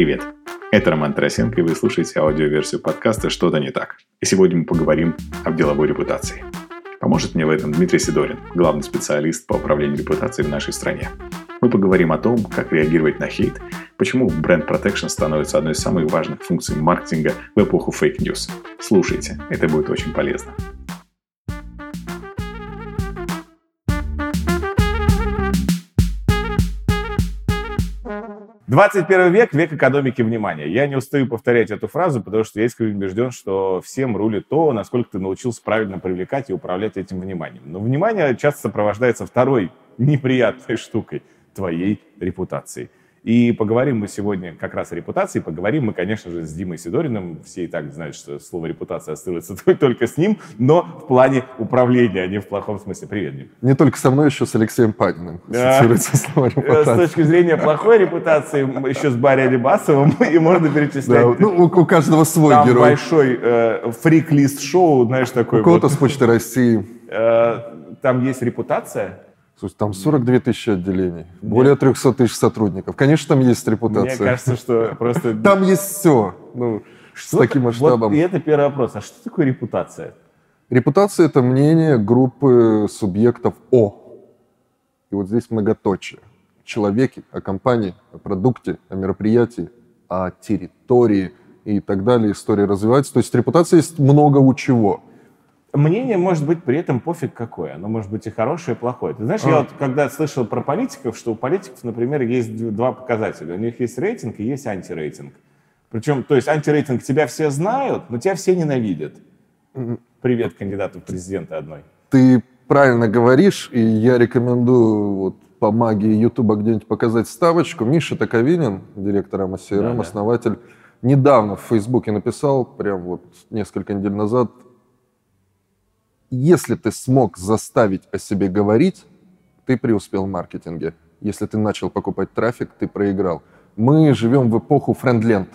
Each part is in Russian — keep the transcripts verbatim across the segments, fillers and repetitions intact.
Привет! Это Роман Тарасенко, и вы слушаете аудиоверсию подкаста «Что-то не так». И сегодня мы поговорим об деловой репутации. Поможет мне в этом Дмитрий Сидорин, главный специалист по управлению репутацией в нашей стране. Мы поговорим о том, как реагировать на хейт, почему бренд-протекшн становится одной из самых важных функций маркетинга в эпоху фейк-ньюс. Слушайте, это будет очень полезно. двадцать первый век – век экономики внимания. Я не устаю повторять эту фразу, потому что я искренне убежден, что всем рулит то, насколько ты научился правильно привлекать и управлять этим вниманием. Но внимание часто сопровождается второй неприятной штукой – твоей репутацией. И поговорим мы сегодня как раз о репутации. Поговорим мы, конечно же, с Димой Сидориным. Все и так знают, что слово «репутация» ассоциируется только с ним, но в плане управления, а не в плохом смысле. Привет, Дим. Не только со мной, еще с Алексеем Паниным ассоциируется слово «репутация». С точки зрения плохой репутации, еще с Барри Алибасовым, и можно перечислять. Да, ну, у, у каждого свой там герой. Там большой э, фрик-лист-шоу, знаешь, такой. У кого-то вот, с Почты России. Э, там есть репутация. Слушай, там сорок две тысячи отделений, Нет. более триста тысяч сотрудников. Конечно, там есть репутация. Мне кажется, что просто... Там есть все. Ну, с таким масштабом. Вот, и это первый вопрос. А что такое репутация? Репутация – это мнение группы субъектов о. И вот здесь многоточие. О человеке, о компании, о продукте, о мероприятии, о территории и так далее. История развивается. То есть репутация есть много у чего. Мнение может быть при этом пофиг какое. Оно может быть и хорошее, и плохое. Ты знаешь, а. я вот когда слышал про политиков, что у политиков, например, есть два показателя. У них есть рейтинг и есть антирейтинг. Причем, то есть антирейтинг тебя все знают, но тебя все ненавидят. Привет кандидату в президенты одной. Ты правильно говоришь, и я рекомендую вот по магии Ютуба где-нибудь показать ставочку. Миша Таковинин, директор эй эм эс си эр эм, да, основатель, да. недавно в Фейсбуке написал, прям вот несколько недель назад: если ты смог заставить о себе говорить, ты преуспел в маркетинге. Если ты начал покупать трафик, ты проиграл. Мы живем в эпоху френд-лент.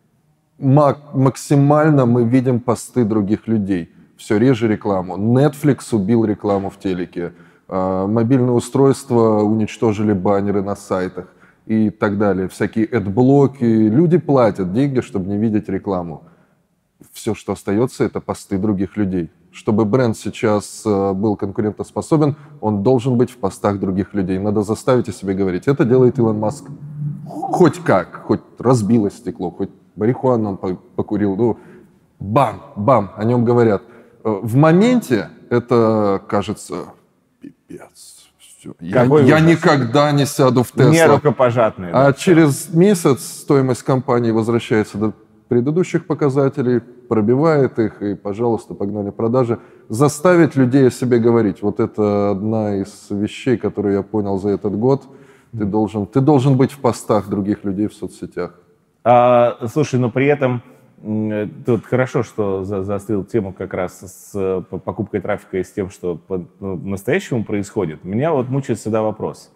Максимально мы видим посты других людей. Все реже рекламу. Netflix убил рекламу в телеке. Мобильные устройства уничтожили баннеры на сайтах и так далее. Всякие эдблоки. Люди платят деньги, чтобы не видеть рекламу. Все, что остается, это посты других людей. Чтобы бренд сейчас был конкурентоспособен, он должен быть в постах других людей. Надо заставить о себе говорить. Это делает Илон Маск. Хоть как, хоть разбилось стекло, хоть марихуану он покурил. Ну, бам, бам, о нем говорят. В моменте это кажется пипец. Все. Я, я никогда не сяду в Тесла. Не рукопожатные. А да, через месяц стоимость компании возвращается до предыдущих показателей, пробивает их, и, пожалуйста, погнали продажи. Заставить людей о себе говорить. Вот это одна из вещей, которую я понял за этот год. Ты должен, ты должен быть в постах других людей в соцсетях. А, слушай, но при этом тут хорошо, что за, заострил тему как раз с покупкой трафика и с тем, что по-настоящему происходит. Меня вот мучает всегда вопрос,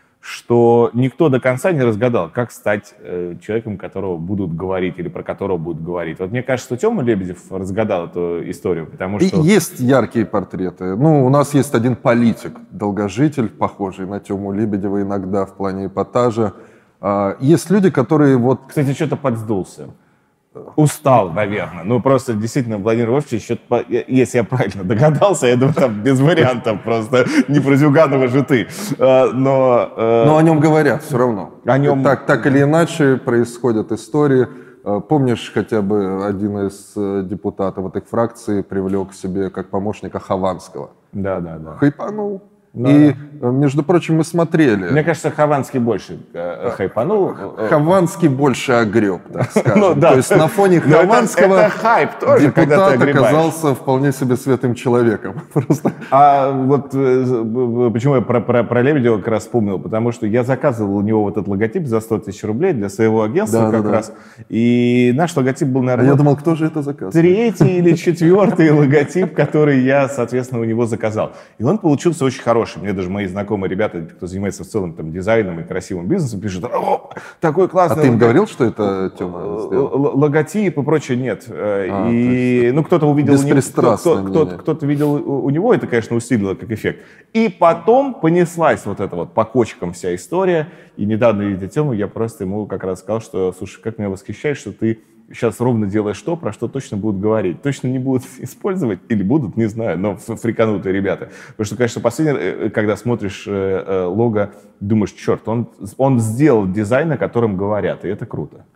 что никто до конца не разгадал, как стать э, человеком, которого будут говорить или про которого будут говорить. Вот мне кажется, что Тёма Лебедев разгадал эту историю, потому что... И есть яркие портреты. Ну, у нас есть один политик, долгожитель, похожий на Тёму Лебедева иногда в плане эпатажа. А, есть люди, которые вот... Кстати, что-то подсдулся. Устал, наверное. Ну, просто действительно, Владимир Вольфович, что-то, если я правильно догадался, я думаю, там без вариантов просто, не про Зюганова же ты. Но, Но о нем говорят все равно. О нем... так, так или иначе происходят истории. Помнишь, хотя бы один из депутатов этой фракции привлек к себе как помощника Хованского? Да, да, да. Хайпанул. Да. И, между прочим, мы смотрели. Мне кажется, Хованский больше э, хайпанул. Хованский больше огреб, так скажем. Ну, да. То есть на фоне Хованского это, это хайп тоже, депутат оказался вполне себе святым человеком. Просто. А вот э, почему я про, про, про Лебедева как раз вспомнил? Потому что я заказывал у него вот этот логотип за сто тысяч рублей для своего агентства, да, как да, раз. Да. И наш логотип был, наверное... А я думал, кто же это заказывал? Третий или четвертый логотип, который я, соответственно, у него заказал. И он получился очень хороший. хороший. Мне даже мои знакомые ребята, кто занимается в целом там, дизайном и красивым бизнесом, пишут: о, такой классный... А ты им говорил, что это Тёма сделал? Логотип и прочее нет. А, и, есть... ну, кто-то увидел... Беспристрастное кто, кто, кто-то видел у него, это, конечно, усилило как эффект. И потом понеслась вот эта вот по кочкам вся история. И недавно, видя Тему, я просто ему как раз сказал, что, слушай, как меня восхищает, что ты сейчас ровно делаешь то, про что точно будут говорить. Точно не будут использовать, или будут, не знаю, но фриканутые ребята. Потому что, конечно, последний, когда смотришь э, лого, думаешь, черт, он, он сделал дизайн, о котором говорят, и это круто.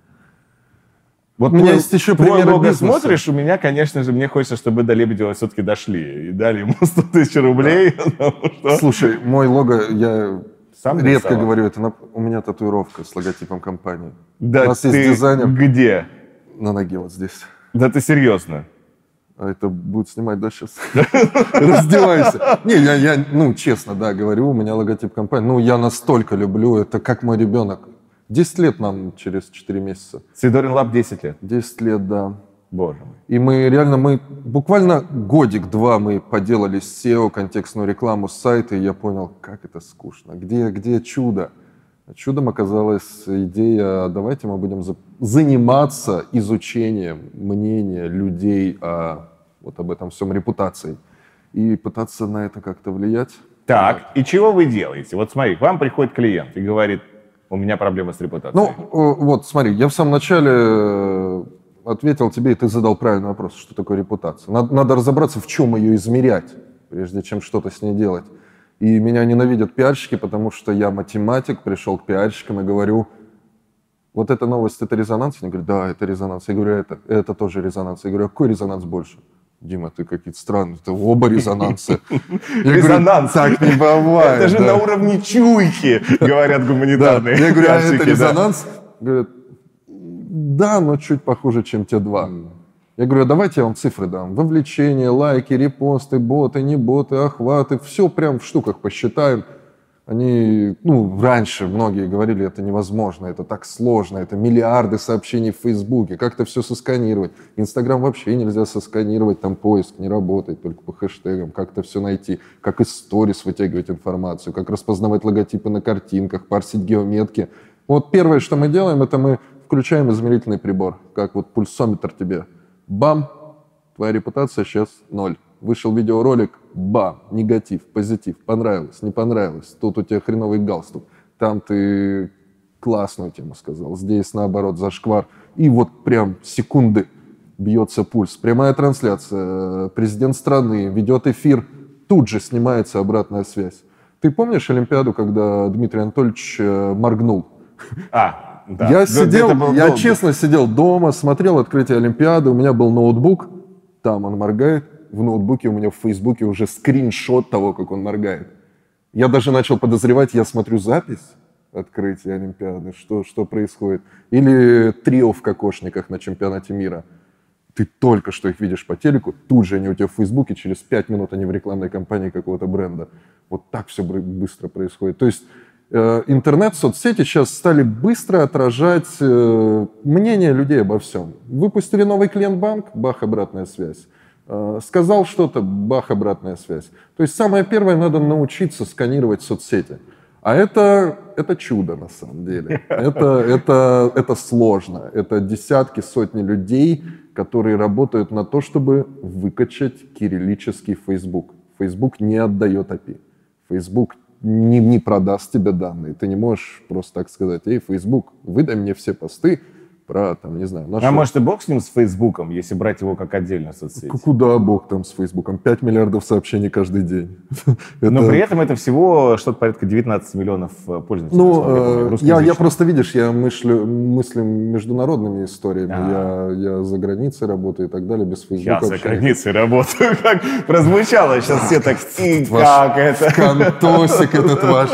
Вот у меня твой, есть еще твой примеры лого бизнеса. смотришь, у меня, конечно же, мне хочется, чтобы до Лебедева все-таки дошли. И дали ему сто тысяч рублей. Да. Что... Слушай, мой лого, я сам редко написала? говорю, это на... у меня татуировка с логотипом компании. Да, у нас ты есть дизайнер. Где? На ноге вот здесь. Да ты серьезно? А это будет снимать, да, сейчас? Раздевайся. Не, я, я, ну, честно, да, говорю, у меня логотип компании. Ну, я настолько люблю, это как мой ребенок. десять лет нам через четыре месяца. Сидорин Лаб десять лет. десять лет, да. Боже мой. И мы реально, мы буквально годик-два мы поделали сео, контекстную рекламу, сайты, и я понял, как это скучно. Где, где чудо? Чудом оказалась идея, давайте мы будем за... заниматься изучением мнения людей о, вот об этом всем, репутацией, и пытаться на это как-то влиять. Так, и чего вы делаете? Вот смотри, к вам приходит клиент и говорит: у меня проблема с репутацией. Ну, вот смотри, я в самом начале ответил тебе, и ты задал правильный вопрос, что такое репутация. Надо, надо разобраться, в чем ее измерять, прежде чем что-то с ней делать. И меня ненавидят пиарщики, потому что я математик, пришел к пиарщикам и говорю: вот эта новость, это резонанс? Они говорят: да, это резонанс. Я говорю: это, это тоже резонанс. Я говорю: а какой резонанс больше? Дима, ты какие-то странные, это оба резонансы. Резонанс. Так не бывает. Это же на уровне чуйки, говорят гуманитарные. Я говорю: а это резонанс? Говорят: да, но чуть похуже, чем те два. Я говорю: а давайте я вам цифры дам. Вовлечение, лайки, репосты, боты, не боты, охваты. Все прям в штуках посчитаем. Они, ну, раньше многие говорили, это невозможно, это так сложно, это миллиарды сообщений в Фейсбуке, как-то все сосканировать. Инстаграм вообще нельзя сосканировать, там поиск не работает, только по хэштегам, как-то все найти, как из сторис вытягивать информацию, как распознавать логотипы на картинках, парсить геометки. Вот первое, что мы делаем, это мы включаем измерительный прибор, как вот пульсометр тебе. Бам, твоя репутация сейчас ноль. Вышел видеоролик, бам, негатив, позитив, понравилось, не понравилось. Тут у тебя хреновый галстук, там ты классную тему сказал, здесь наоборот зашквар. И вот прям секунды бьется пульс. Прямая трансляция, президент страны ведет эфир, тут же снимается обратная связь. Ты помнишь Олимпиаду, когда Дмитрий Анатольевич моргнул? А, да. Я сидел, был, я был, честно сидел дома, смотрел открытие Олимпиады, у меня был ноутбук, там он моргает, в ноутбуке у меня в Фейсбуке уже скриншот того, как он моргает. Я даже начал подозревать, я смотрю запись открытия Олимпиады, что, что происходит. Или трио в кокошниках на чемпионате мира. Ты только что их видишь по телеку, тут же они у тебя в Фейсбуке, через пять минут они в рекламной кампании какого-то бренда. Вот так все быстро происходит. То есть интернет, соцсети сейчас стали быстро отражать э, мнение людей обо всем. Выпустили новый клиент-банк, бах, обратная связь. Э, сказал что-то, бах, обратная связь. То есть самое первое, надо научиться сканировать соцсети. А это, это чудо на самом деле. Это, это, это сложно. Это десятки, сотни людей, которые работают на то, чтобы выкачать кириллический Facebook. Facebook не отдает эй пи ай. Facebook Не, не продаст тебе данные. Ты не можешь просто так сказать: эй, Facebook, выдай мне все посты про, там, не знаю... Нашу... А может и бог с ним, с Фейсбуком, если брать его как отдельную соцсеть? Куда бог там с Фейсбуком? пять миллиардов сообщений каждый день. Но при этом это всего что-то порядка девятнадцать миллионов пользователей. Ну, я, я просто, видишь, я мыслю, мыслю международными историями. Я, я за границей работаю и так далее, без Фейсбука. Я за границей работаю. Как прозвучало сейчас все так, и как это? Контосик этот ваш.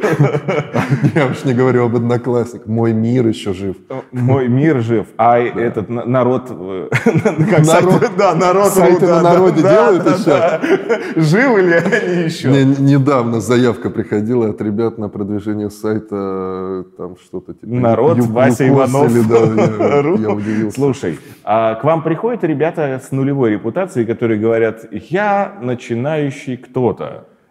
Я уж не говорю об одноклассниках. Мой мир еще жив. Мой мир жив, а да. Этот народ... Как народ сайты, да, народ... Сайты да, на народе да, делают да, еще? Да. Живы ли они еще? Мне недавно заявка приходила от ребят на продвижение сайта, там что-то типа... Народ, Ю, Вася Юкос, Иванов. Или, да, я, я удивился. Слушай, а к вам приходят ребята с нулевой репутацией, которые говорят: я начинающий кто-то.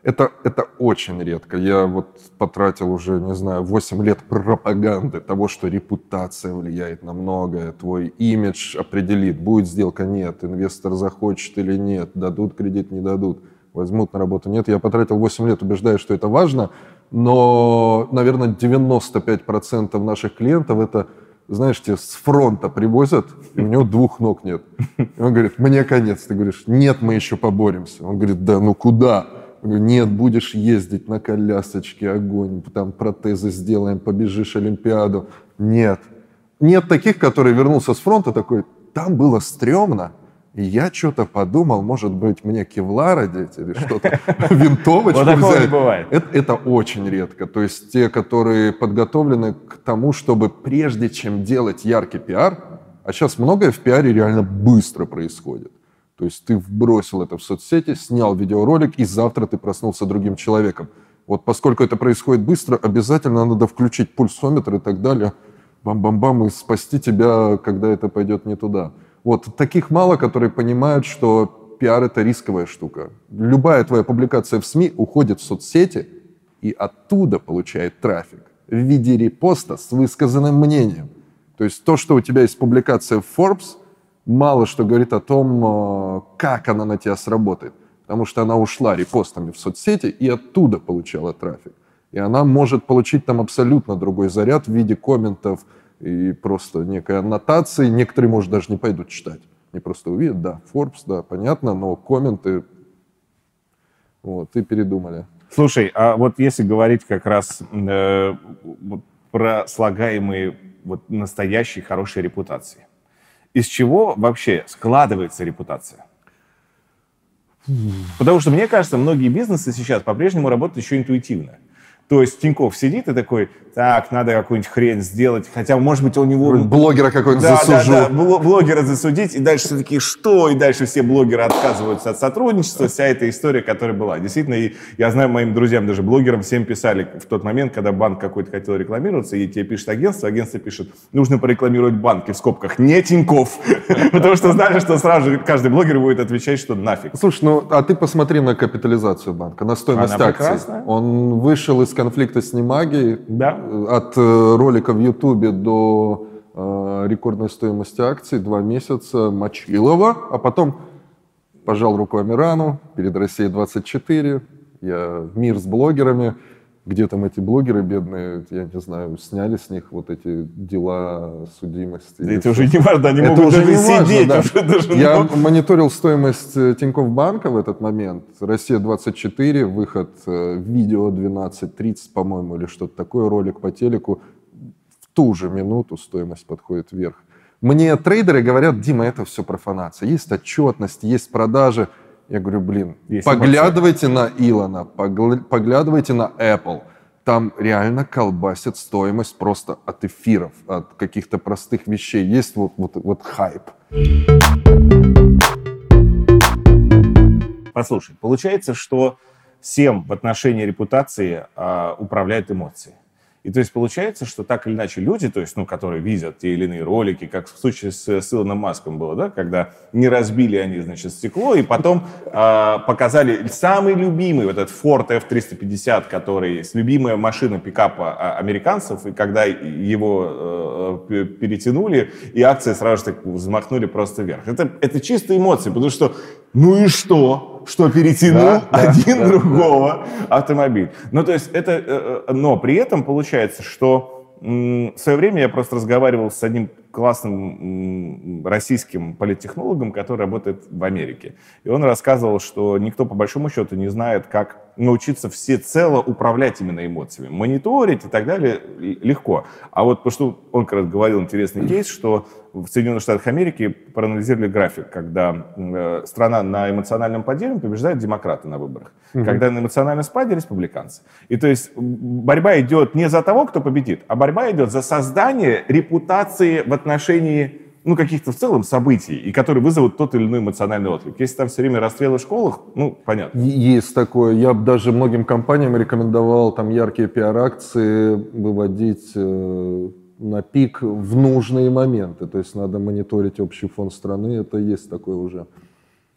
Это, это очень редко. Я вот потратил уже, не знаю, восемь лет пропаганды того, что репутация влияет на многое, твой имидж определит, будет сделка, нет, инвестор захочет или нет, дадут кредит, не дадут, возьмут на работу, нет. Я потратил восемь лет, убеждая, что это важно, но, наверное, девяносто пять процентов наших клиентов это, знаешь, тебе с фронта привозят, и у него двух ног нет. И он говорит, мне конец. Ты говоришь, нет, мы еще поборемся. Он говорит, да ну куда? Я говорю, нет, будешь ездить на колясочке, огонь, там протезы сделаем, побежишь Олимпиаду. Нет. Нет таких, который вернулся с фронта такой, там было стрёмно, и я что-то подумал, может быть, мне кевлар одеть или что-то, винтовочку взять. Вот такого не бывает. Это очень редко. То есть те, которые подготовлены к тому, чтобы прежде чем делать яркий пиар, а сейчас многое в пиаре реально быстро происходит. То есть ты вбросил это в соцсети, снял видеоролик, и завтра ты проснулся другим человеком. Вот поскольку это происходит быстро, обязательно надо включить пульсометр и так далее. Бам-бам-бам, и спасти тебя, когда это пойдет не туда. Вот таких мало, которые понимают, что пиар — это рисковая штука. Любая твоя публикация в СМИ уходит в соцсети и оттуда получает трафик в виде репоста с высказанным мнением. То есть то, что у тебя есть публикация в Forbes, мало что говорит о том, как она на тебя сработает. Потому что она ушла репостами в соцсети и оттуда получала трафик. И она может получить там абсолютно другой заряд в виде комментов и просто некой аннотации. Некоторые, может, даже не пойдут читать. Они просто увидят, да, Forbes, да, понятно, но комменты, вот, и передумали. Слушай, а вот если говорить как раз э, вот про слагаемые вот настоящей хорошей репутации, из чего вообще складывается репутация? Потому что, мне кажется, многие бизнесы сейчас по-прежнему работают еще интуитивно. То есть Тинькофф сидит и такой, так, надо какую-нибудь хрень сделать, хотя, может быть, у него... Блогера какой-нибудь да, засужу. Да, да, блогера засудить, и дальше все такие, что? И дальше все блогеры отказываются от сотрудничества, вся эта история, которая была. Действительно, и я знаю, моим друзьям, даже блогерам, всем писали в тот момент, когда банк какой-то хотел рекламироваться, и тебе пишет агентство, агентство пишет, нужно порекламировать банк, и в скобках, не Тинькофф, потому что знали, что сразу же каждый блогер будет отвечать, что нафиг. Слушай, ну, а ты посмотри на капитализацию банка, на стоимость акций. Он вышел из конфликта с Немагией, да. От э, ролика в Ютубе до э, рекордной стоимости акций, два месяца Мочилова, а потом пожал руку Амирану перед Россией двадцать четыре, я мир с блогерами, где там эти блогеры бедные, я не знаю, сняли с них вот эти дела судимости. Да это уже не важно, они это могут уже даже не сидеть. Важно, да. Даже я много. мониторил стоимость Тинькофф банка в этот момент. Россия двадцать четыре, выход видео двенадцать тридцать, по-моему, или что-то такое, ролик по телеку. В ту же минуту стоимость подходит вверх. Мне трейдеры говорят, Дима, это все профанация. Есть отчетность, есть продажи. Я говорю, блин, есть поглядывайте эмоции. На Илона, поглядывайте на Apple. Там реально колбасит стоимость просто от эфиров, от каких-то простых вещей. Есть вот, вот, вот хайп. Послушай, получается, что всем в отношении репутации а, управляют эмоции. И то есть получается, что так или иначе люди, то есть, ну, которые видят те или иные ролики, как в случае с, с Илоном Маском было, да, когда не разбили они, значит, стекло, и потом э, показали самый любимый, вот этот Ford эф триста пятьдесят, который, любимая машина пикапа американцев, и когда его э, перетянули, и акции сразу же так взмахнули просто вверх. Это, это чистые эмоции, потому что, ну и что? Что перетянул да, один да, другого да. автомобиль. Ну, то есть это... Но при этом получается, что в свое время я просто разговаривал с одним классным российским политтехнологом, который работает в Америке. И он рассказывал, что никто по большому счету не знает, как научиться всецело управлять именно эмоциями. Мониторить и так далее легко. А вот потому что он как раз говорил интересный кейс, что в Соединенных Штатах Америки проанализировали график, когда э, страна на эмоциональном подъеме побеждает демократы на выборах. Mm-hmm. Когда на эмоциональном спаде республиканцы. И то есть борьба идет не за того, кто победит, а борьба идет за создание репутации в отношении ну, каких-то в целом событий, и которые вызовут тот или иной эмоциональный отклик. Если там все время расстрелы в школах, ну, понятно. Есть такое. Я бы даже многим компаниям рекомендовал там яркие пиар-акции выводить э, на пик в нужные моменты. То есть надо мониторить общий фон страны. Это есть такое уже.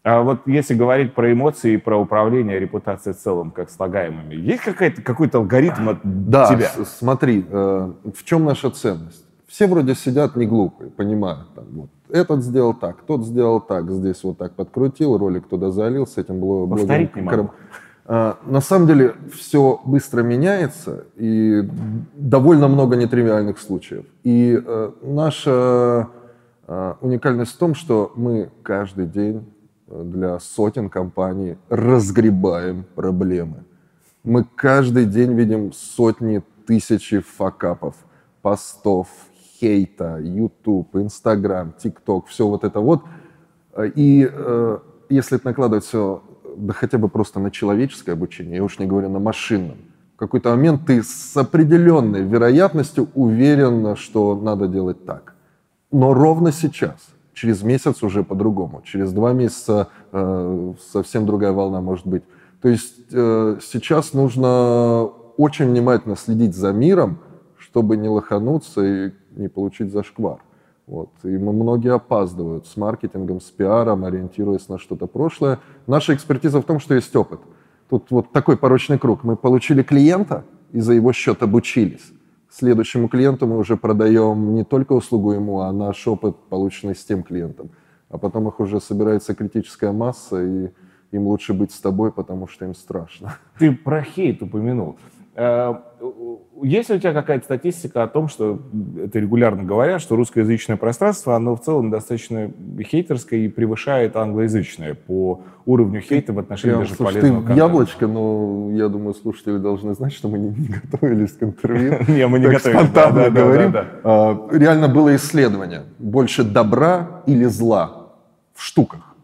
А вот если говорить про эмоции и про управление репутацией в целом, как слагаемыми, есть какая-то, какой-то алгоритм от да, тебя? Да, смотри, э, в чем наша ценность? Все вроде сидят не глупые, понимают, там, вот, этот сделал так, тот сделал так, здесь вот так подкрутил, ролик туда залил, с этим блогером. Повторить не могу. А, на самом деле все быстро меняется, и довольно много нетривиальных случаев. И э, наша э, уникальность в том, что мы каждый день для сотен компаний разгребаем проблемы. Мы каждый день видим сотни, тысячи факапов, постов, хейта, YouTube, Instagram, TikTok, все вот это вот. И э, если это накладывать все, да хотя бы просто на человеческое обучение, я уж не говорю на машинном, в какой-то момент ты с определенной вероятностью уверен, что надо делать так. Но ровно сейчас, через месяц уже по-другому, через два месяца э, совсем другая волна может быть. То есть э, сейчас нужно очень внимательно следить за миром, чтобы не лохануться и не получить зашквар. Вот. И мы многие опаздывают с маркетингом, с пиаром, ориентируясь на что-то прошлое. Наша экспертиза в том, что есть опыт. Тут вот такой порочный круг. Мы получили клиента и за его счет обучились. Следующему клиенту мы уже продаем не только услугу ему, а наш опыт, полученный с тем клиентом. А потом их уже собирается критическая масса, и им лучше быть с тобой, потому что им страшно. Ты про хейт упомянул. Есть ли у тебя какая-то статистика о том, что, это регулярно говорят, что русскоязычное пространство, оно в целом достаточно хейтерское и превышает англоязычное по уровню хейта в отношении даже Слушай, полезного ты контента? яблочко, но я думаю, слушатели должны знать, что мы не, не готовились к интервью. Не, мы не готовились. Спонтанно говорим. Реально было исследование. Больше добра или зла в штуках.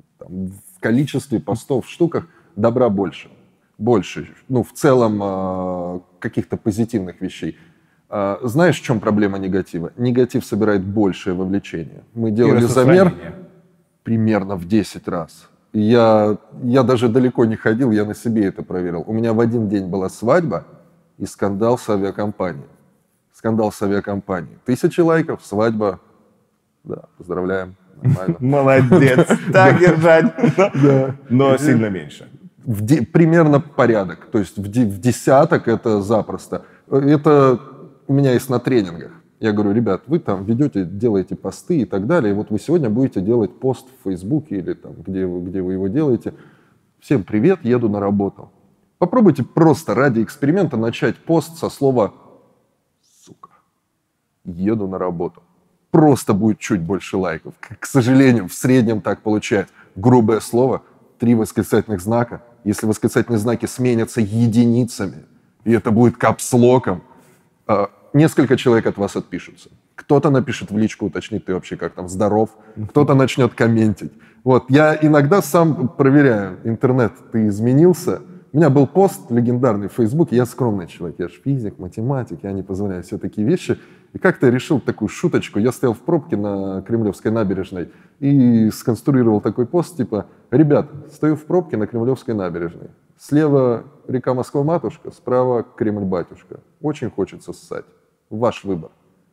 В количестве постов в штуках добра больше. Больше, ну, в целом, э, каких-то позитивных вещей. Э, знаешь, в чем проблема негатива? Негатив собирает большее вовлечение. Мы делали замер примерно в десять раз. И я, я даже далеко не ходил, я на себе это проверил. У меня в один день была свадьба и скандал с авиакомпанией. Скандал с авиакомпанией. Тысячи лайков, свадьба. Да, поздравляем. Нормально. Молодец, так держать. Но сильно меньше. В де, примерно порядок, то есть в, де, в десяток это запросто. Это у меня есть на тренингах. Я говорю, ребят, вы там ведете, делаете посты и так далее, и вот вы сегодня будете делать пост в Фейсбуке или там, где вы, где вы его делаете. Всем привет, еду на работу. Попробуйте просто ради эксперимента начать пост со слова «сука». Еду на работу. Просто будет чуть больше лайков. К сожалению, в среднем так получается. Грубое слово, три восклицательных знака. Если восклицательные знаки сменятся единицами, и это будет капслоком, несколько человек от вас отпишутся. Кто-то напишет в личку, уточнит, ты вообще как там, здоров. Кто-то начнет комментить. Вот, я иногда сам проверяю, интернет, ты изменился. У меня был пост легендарный в Фейсбуке, я скромный человек, я же физик, математик, я не позволяю все такие вещи. И как-то я решил такую шуточку, я стоял в пробке на Кремлевской набережной и сконструировал такой пост, типа, ребята, стою в пробке на Кремлевской набережной, слева река Москва-матушка, справа Кремль-батюшка, очень хочется ссать, ваш выбор.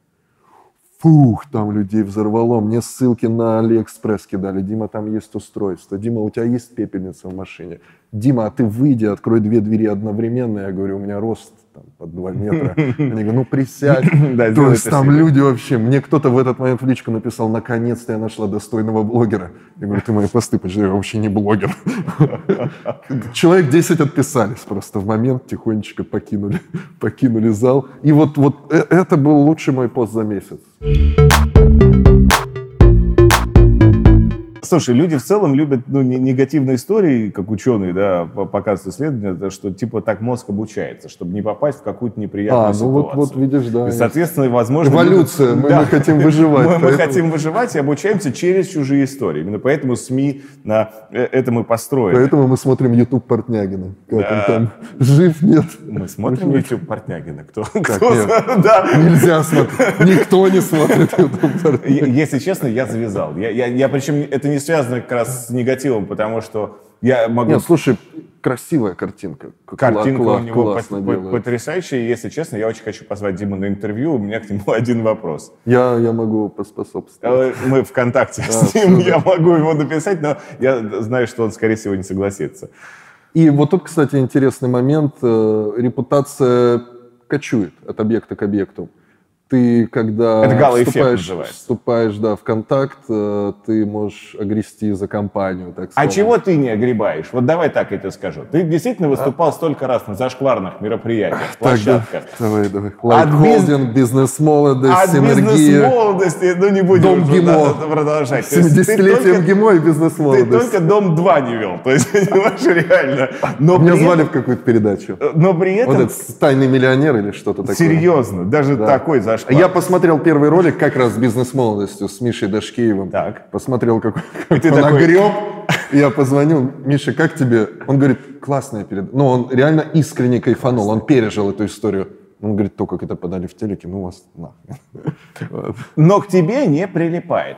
Фух, там людей взорвало, мне ссылки на Алиэкспресс кидали. Дима, там есть устройство. Дима, у тебя есть пепельница в машине? Дима, а ты выйди, открой две двери одновременно. Я говорю, у меня рост там, под два метра. Они говорят, ну присядь. То есть там люди вообще... Мне кто-то в этот момент в личку написал, наконец-то я нашла достойного блогера. Я говорю, ты мои посты почти, я вообще не блогер. Человек десять отписались просто в момент, тихонечко покинули, покинули зал. И вот, вот это был лучший мой пост за месяц. Слушай, люди в целом любят ну, негативные истории, как ученые, да, показывают исследования, что типа так мозг обучается, чтобы не попасть в какую-то неприятную а, ситуацию. Ну вот, вот видишь, да. И, соответственно, возможно... Эволюция, люди... мы, да. мы хотим выживать. Мы, поэтому... мы хотим выживать и обучаемся через чужие истории. Именно поэтому СМИ на это мы построены. Поэтому мы смотрим YouTube Портнягина. Как да. он там, жив, нет? Мы смотрим YouTube Портнягина. Кто? Так, Кто? нет, да. Нельзя смотреть. Никто не смотрит YouTube Портнягина. Если честно, я завязал. Я, я, я, причем это не связано как раз с негативом, потому что я могу... Нет, слушай, красивая картинка. Картинка Кла- у него классно пот- делают. потрясающая. Если честно, я очень хочу позвать Диму на интервью. У меня к нему один вопрос. Я, я могу поспособствовать. Мы ВКонтакте А, с ним, всё, я да. могу его написать, но я знаю, что он, скорее всего, не согласится. И вот тут, кстати, интересный момент. Э, Репутация кочует от объекта к объекту. Ты, когда Это гало-эффект вступаешь, называется. вступаешь да, в контакт, э, ты можешь огрести за компанию, так А сказать. чего ты не огребаешь? Вот давай так я тебе скажу. Ты действительно выступал столько раз на зашкварных мероприятиях, Так, да. площадках. Давай, давай. От Лайк-холдинг, бизнес-молодость, От синергия. бизнес-молодости, ну не будем Дом уже ГИМО. да, продолжать. То есть ты семидесятилетием только- ГИМО и Ты бизнес-молодость. только дом два не вел, то есть, понимаешь, реально. Но Меня при звали этом- в какую-то передачу. Но при Вот этом, этот «Тайный миллионер» или что-то такое. серьезно, даже Да. такой зашквар. Я посмотрел первый ролик как раз с бизнес-молодостью, с Мишей Дашкеевым. Так. Посмотрел, какой И ты он такой- огреб. Я позвонил: Миша, как тебе? Он говорит: классная передача. Ну, он реально искренне кайфанул, он пережил эту историю. Он говорит: то, как это подали в телеке, ну вас нахрен. Но к тебе не прилипает.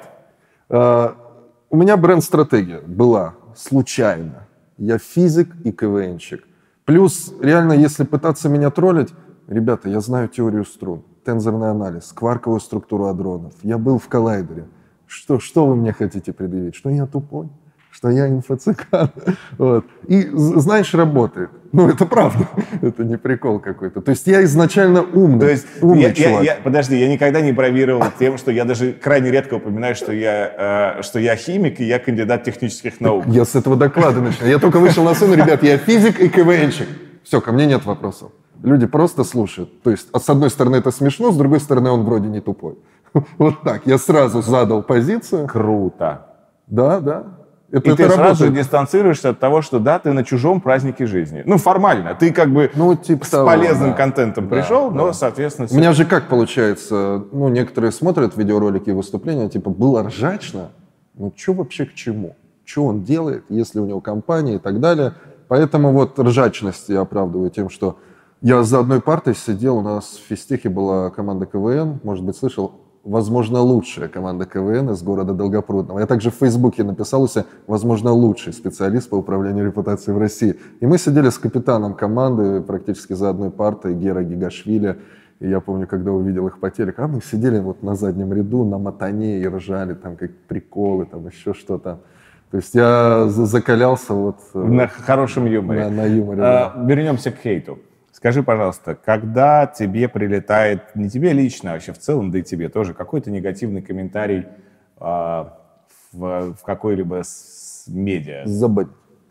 А, У меня бренд-стратегия была случайно. Я физик и КВНщик. Плюс, реально, если пытаться меня троллить, ребята, я знаю теорию струн, тензорный анализ, кварковую структуру адронов. Я был в коллайдере. Что, что вы мне хотите предъявить? Что я тупой? Что я инфо-цыган? Вот. И, з- знаешь, работает. Ну, это правда. Это не прикол какой-то. То есть я изначально умный. То есть, умный я, я- чувак. я- подожди, я никогда не бравировал тем, что я даже крайне редко упоминаю, что я, э, что я химик и я кандидат технических наук. Я с этого доклада начинаю. Я только вышел на сцену, ребят, я физик и КВНщик. Все, ко мне нет вопросов. Люди просто слушают. То есть, а с одной стороны это смешно, с другой стороны он вроде не тупой. Вот так. Я сразу задал позицию. Круто. Да, да. Это, И это ты сразу работает. дистанцируешься от того, что да, ты на чужом празднике жизни. Ну, формально. Ты как бы Ну, типа с того, полезным да. контентом Да, пришел, да. но, соответственно... У меня же как получается, ну, некоторые смотрят видеоролики и выступления, типа, было ржачно, ну, что вообще к чему? Что он делает, если у него компания и так далее. Поэтому вот ржачность я оправдываю тем, что я за одной партой сидел, у нас в физтехе была команда КВН, может быть, слышал, возможно, лучшая команда КВН из города Долгопрудного. Я также в Фейсбуке написал у себя, возможно, лучший специалист по управлению репутацией в России. И мы сидели с капитаном команды практически за одной партой, Гера Гигашвили. И я помню, когда увидел их по телеку, а мы сидели вот на заднем ряду, на мотане и ржали, там, как приколы, там, еще что-то. То есть я за- закалялся вот э, На хорошем юморе. на, на юморе. А, да. вернемся к хейту. Скажи, пожалуйста, когда тебе прилетает, не тебе лично, а вообще в целом, да и тебе тоже, какой-то негативный комментарий а, в, в какой-либо с- медиа, Забыть.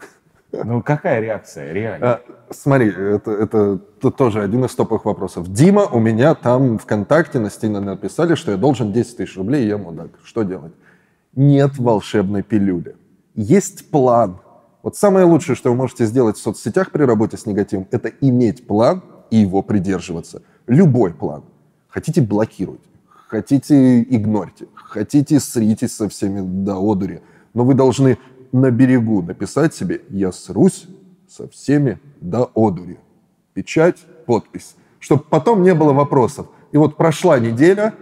ну какая реакция, реально? А, смотри, это, это т- тоже один из топовых вопросов. Дима, у меня там ВКонтакте на стене написали, что я должен десять тысяч рублей, и я мудак. Что делать? Нет волшебной пилюли. Есть план. Вот самое лучшее, что вы можете сделать в соцсетях при работе с негативом, это иметь план и его придерживаться. Любой план. Хотите — блокируйте. Хотите — игнорьте. Хотите — сритесь со всеми до одури. Но вы должны на берегу написать себе: «Я срусь со всеми до одури». Печать, подпись. Чтобы потом не было вопросов. И вот прошла неделя,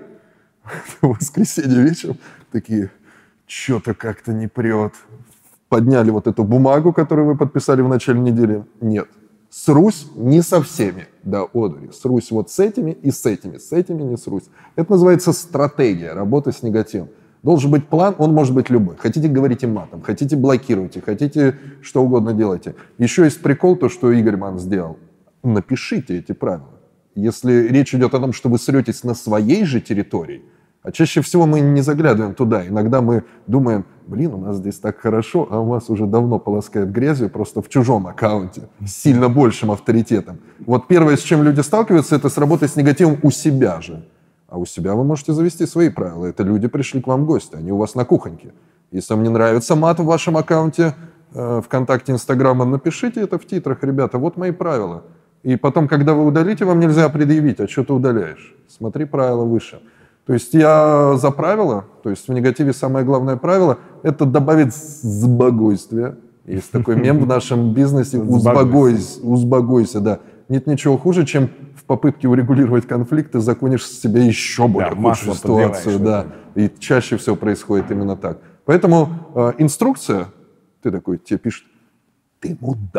в воскресенье вечером, такие: что-то как-то не прет. Подняли вот эту бумагу, которую вы подписали в начале недели. Нет. Срусь не со всеми до одури. Срусь вот с этими и с этими. С этими не срусь. Это называется стратегия работы с негативом. Должен быть план, он может быть любой. Хотите — говорите матом, хотите — блокируйте, хотите — что угодно делайте. Еще есть прикол, то, что Игорь Ман сделал. Напишите эти правила. Если речь идет о том, что вы сретесь на своей же территории, а чаще всего мы не заглядываем туда. Иногда мы думаем: блин, у нас здесь так хорошо, а у вас уже давно полоскает грязью просто в чужом аккаунте, с сильно большим авторитетом. Вот первое, с чем люди сталкиваются, это с работой с негативом у себя же. А у себя вы можете завести свои правила. Это люди пришли к вам в гости, они у вас на кухоньке. Если вам не нравится мат в вашем аккаунте, э, ВКонтакте, Инстаграма, напишите это в титрах: ребята, вот мои правила. И потом, когда вы удалите, вам нельзя предъявить: а что ты удаляешь? Смотри правила выше. То есть я за правила, то есть в негативе самое главное правило — это добавить сбогойствие. Есть такой мем в нашем бизнесе: узбогойся, узбогойся, да. Нет ничего хуже, чем в попытке урегулировать конфликт ты законишь с себя еще более Да, худшую масло ситуацию. Да. И чаще всего происходит именно так. Поэтому э, инструкция, ты такой, тебе пишут: ты мудак.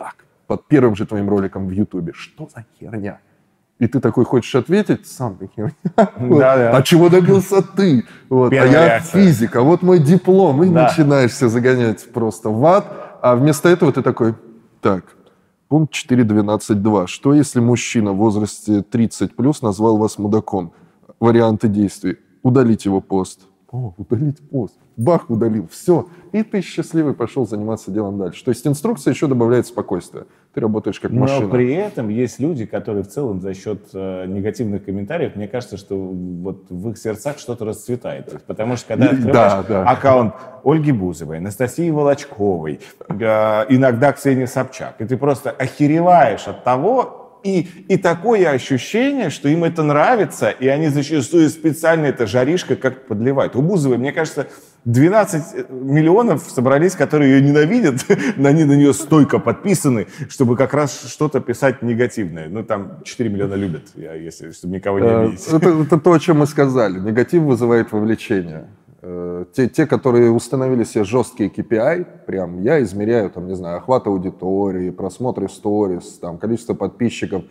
под первым же твоим роликом в Ютубе. Что за херня? И ты такой хочешь ответить, сам ты херня. Вот. Да-да. А чего добился ты? Вот. А я реакция. физик, а вот мой диплом. И Да. начинаешь себя загонять просто в ад. А вместо этого ты такой, так, пункт четыре точка двенадцать точка два. Что если мужчина в возрасте тридцать плюс назвал вас мудаком? Варианты действий. Удалить его пост. О, удалить пост. Бах, удалил. Все. И ты счастливый пошел заниматься делом дальше. То есть инструкция еще добавляет спокойствие. Ты работаешь как машина. Но при этом есть люди, которые в целом за счет э, негативных комментариев, мне кажется, что вот в их сердцах что-то расцветает. То есть, потому что когда открываешь Да, да. аккаунт Ольги Бузовой, Анастасии Волочковой, э, иногда Ксении Собчак, и ты просто охереваешь от того, и, и такое ощущение, что им это нравится, и они зачастую специально это жаришко как подливают. У Бузовой, мне кажется, двенадцать миллионов собрались, которые ее ненавидят, они на нее стойко подписаны, чтобы как раз что-то писать негативное. Ну, там четыре миллиона любят, я, если, чтобы никого не обидеть. Это, это то, о чем мы сказали. Негатив вызывает вовлечение. Те, те, которые установили себе жесткие кей пи ай, прям я измеряю, там, не знаю, охват аудитории, просмотры сторис, там, количество подписчиков,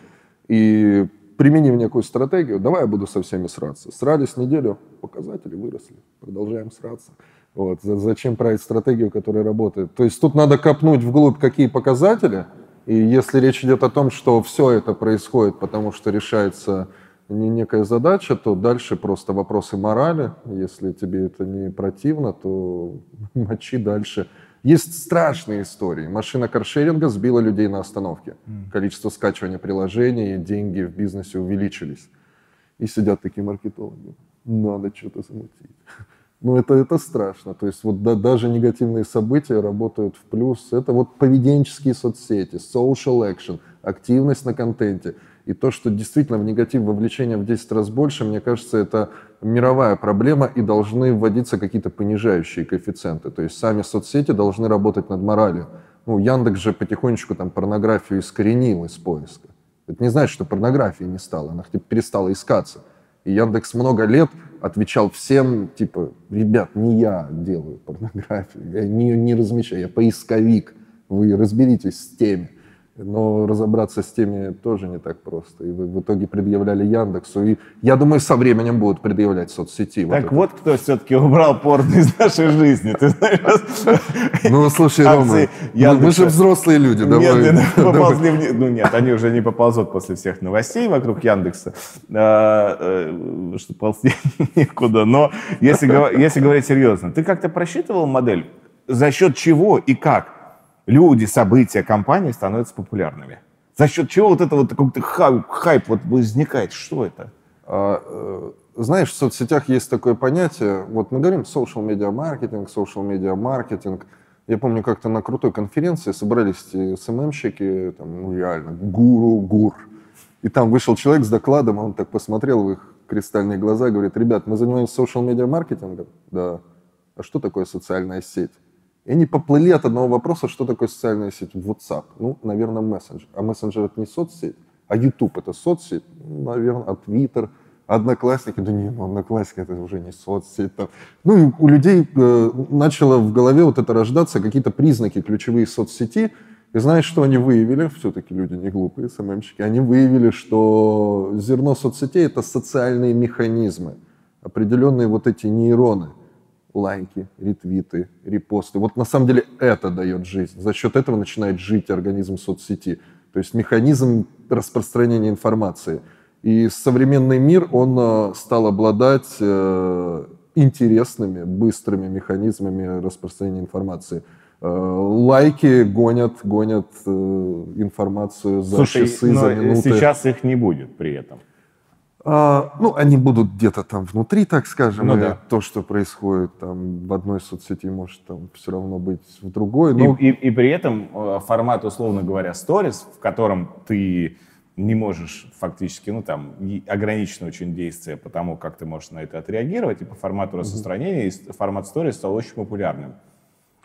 и применив некую стратегию, давай я буду со всеми сраться. Срались неделю, показатели выросли, продолжаем сраться. Вот. Зачем править стратегию, которая работает? То есть тут надо копнуть вглубь, какие показатели, и если речь идет о том, что все это происходит, потому что решается не некая задача, то дальше просто вопросы морали. Если тебе это не противно, то мочи дальше. Есть страшные истории. Машина каршеринга сбила людей на остановке. Mm. Количество скачивания приложений, деньги в бизнесе увеличились. И сидят такие маркетологи. Надо что-то замутить. Ну, это, это страшно. То есть вот да, даже негативные события работают в плюс. Это вот поведенческие соцсети, social action, активность на контенте. И то, что действительно в негатив вовлечение в десять раз больше, мне кажется, это мировая проблема, и должны вводиться какие-то понижающие коэффициенты. То есть сами соцсети должны работать над моралью. Ну, Яндекс же потихонечку там порнографию искоренил из поиска. Это не значит, что порнографии не стало, она типа перестала искаться. И Яндекс много лет отвечал всем, типа, ребят, не я делаю порнографию, я не, не размещаю, я поисковик, вы разберитесь с теми. Но разобраться с теми тоже не так просто. И в итоге предъявляли Яндексу. И я думаю, со временем будут предъявлять соцсети. Так вот, вот кто все-таки убрал порно из нашей жизни. Ты знаешь? Ну, слушай, Рома, мы же взрослые люди. Нет, поползли вниз. Ну нет, они уже не поползут после всех новостей вокруг Яндекса, что ползти некуда. Но если говорить серьезно, ты как-то просчитывал модель, за счет чего и как люди, события, компании становятся популярными? За счет чего вот это вот какой-то хайп, хайп вот возникает? Что это? А, знаешь, в соцсетях есть такое понятие, вот мы говорим social media маркетинг, social media маркетинг. Я помню, как-то на крутой конференции собрались эти эс эм эм-щики, там, ну, реально, гуру, гур. И там вышел человек с докладом, он так посмотрел в их кристальные глаза и говорит: ребят, мы занимаемся social media маркетингом? Да. А что такое социальная сеть? И они поплыли от одного вопроса, что такое социальная сеть. WhatsApp, ну, наверное, мессенджер. А мессенджер — это не соцсеть, а YouTube — это соцсеть. Ну, наверное, а Twitter, Одноклассники. Да не, ну, Одноклассники — это уже не соцсеть. Там. Ну, и у людей э, начало в голове вот это рождаться, какие-то признаки, ключевые соцсети. И знаешь, что они выявили? Все-таки люди не глупые, эс эм эм-щики. Они выявили, что зерно соцсетей — это социальные механизмы, определенные вот эти нейроны. Лайки, ретвиты, репосты. Вот на самом деле это дает жизнь. За счет этого начинает жить организм соцсети. То есть механизм распространения информации. И современный мир, он стал обладать э, интересными, быстрыми механизмами распространения информации. Э, лайки гонят, гонят э, информацию за Слушай, часы, за минуты. Сейчас их не будет при этом. А, ну, они будут где-то там внутри, так скажем, ну, и да. то, что происходит там в одной соцсети, может там все равно быть в другой. Но... И, и, и при этом формат, условно говоря, сторис, в котором ты не можешь фактически, ну там, ограничено очень действие по тому, как ты можешь на это отреагировать, и по формату распространения, mm-hmm. формат сторис стал очень популярным.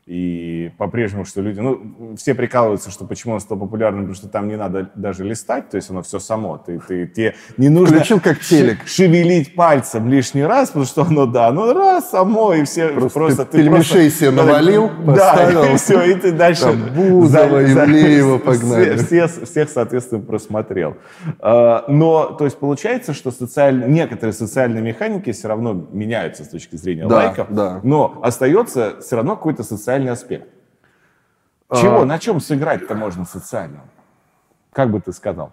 И по-прежнему, что люди... Ну, все прикалываются, что почему он стал популярным, потому что там не надо даже листать, то есть оно все само. Ты, ты, тебе не нужно Включил как телек. шевелить пальцем лишний раз, потому что оно, да, ну раз, само, и все Просто, просто... ты пельмешей себе навалил, поставил. Да, и все, и ты дальше... Там Бузова, Ивлеева погнали. Все, все, всех, соответственно, просмотрел. А, но, то есть, получается, что социаль... некоторые социальные механики все равно меняются с точки зрения Да, лайков, да. но остается все равно какой-то социальный аспект. Чего, А... на чем сыграть-то можно социально? Как бы ты сказал?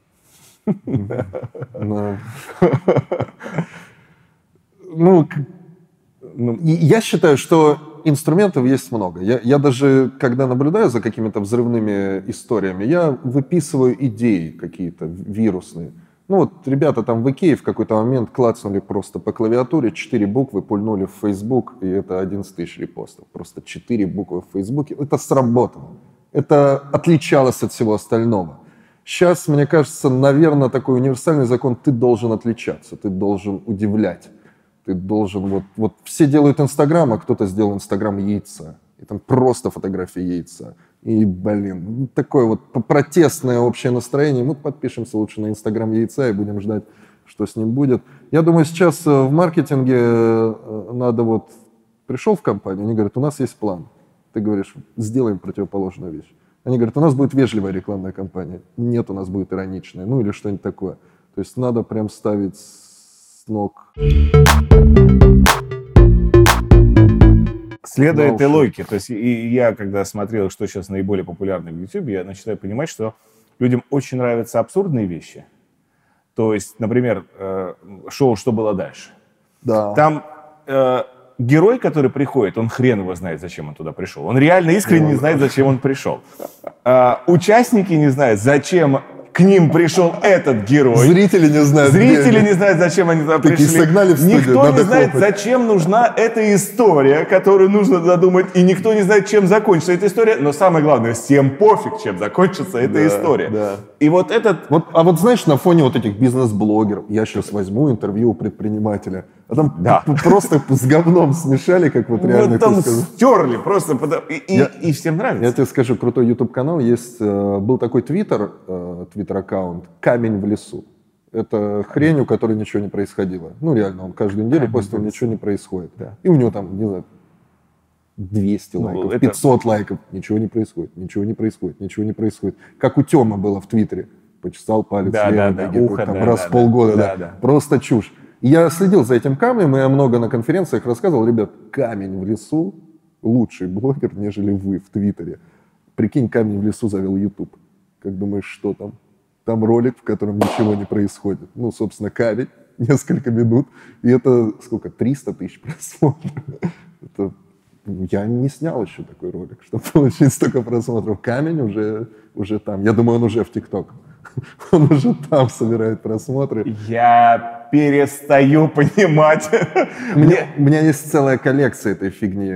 Ну, я считаю, что инструментов есть много. Я, я даже, когда наблюдаю за какими-то взрывными историями, я выписываю идеи какие-то вирусные. Ну вот ребята там в Икее в какой-то момент клацнули просто по клавиатуре, четыре буквы пульнули в Facebook, и это одиннадцать тысяч репостов. Просто четыре буквы в Фейсбуке. Это сработало. Это отличалось от всего остального. Сейчас, мне кажется, наверное, такой универсальный закон: ты должен отличаться, ты должен удивлять. Ты должен... Вот, вот все делают Инстаграм, а кто-то сделал Инстаграм яйца. И там просто фотографии яйца. И, блин, такое вот протестное общее настроение. Мы подпишемся лучше на Инстаграм яйца и будем ждать, что с ним будет. Я думаю, сейчас в маркетинге надо вот... Пришел в компанию, они говорят: у нас есть план. Ты говоришь: сделаем противоположную вещь. Они говорят: у нас будет вежливая рекламная кампания. Нет, у нас будет ироничная. Ну или что-нибудь такое. То есть надо прям ставить с ног. Следуя этой логике, то есть и я, когда смотрел, что сейчас наиболее популярно в YouTube, я начинаю понимать, что людям очень нравятся абсурдные вещи. То есть, например, шоу «Что было дальше?». Да. Там э, герой, который приходит, он хрен его знает, зачем он туда пришел. Он реально искренне не знает, зачем он пришел. А, участники не знают, зачем к ним пришел этот герой. Зрители не знают. Зрители не знают, зачем они туда пришли. Согнали в студию, никто не знает, хлопать. зачем нужна эта история, которую нужно додумать, и никто не знает, чем закончится эта история. Но самое главное, всем пофиг, чем закончится эта да, история. Да. И вот этот... Вот, а вот знаешь, на фоне вот этих бизнес-блогеров, я сейчас возьму интервью у предпринимателя, а там да. просто с говном смешали, как вот реально. Вот там стерли просто, и, я, и, и всем нравится. Я тебе скажу, крутой YouTube-канал есть, был такой Twitter, Twitter-аккаунт «Камень в лесу». Это хрень, у которой ничего не происходило. Ну реально, он каждую неделю Камень постил, ничего не происходит. Да. И у него там, не знаю, двести ну, лайков, это... пятьсот лайков, ничего не происходит, ничего не происходит, ничего не происходит. Как у Тёмы было в Твиттере. Почесал палец да, левой да, ноги, да, ухо, там, да, раз да, в полгода. Да, да. Да. Просто чушь. Я следил за этим камнем, и я много на конференциях рассказывал: ребят, камень в лесу лучший блогер, нежели вы в Твиттере. Прикинь, камень в лесу завел YouTube. Как думаешь, что там? Там ролик, в котором ничего не происходит. Ну, собственно, камень, несколько минут. И это сколько? триста тысяч просмотров. Это... Я не снял еще такой ролик, чтобы получить столько просмотров. Камень уже, уже там. Я думаю, он уже в ТикТок. Он уже там собирает просмотры. Я перестаю понимать. У меня, у меня есть целая коллекция этой фигни.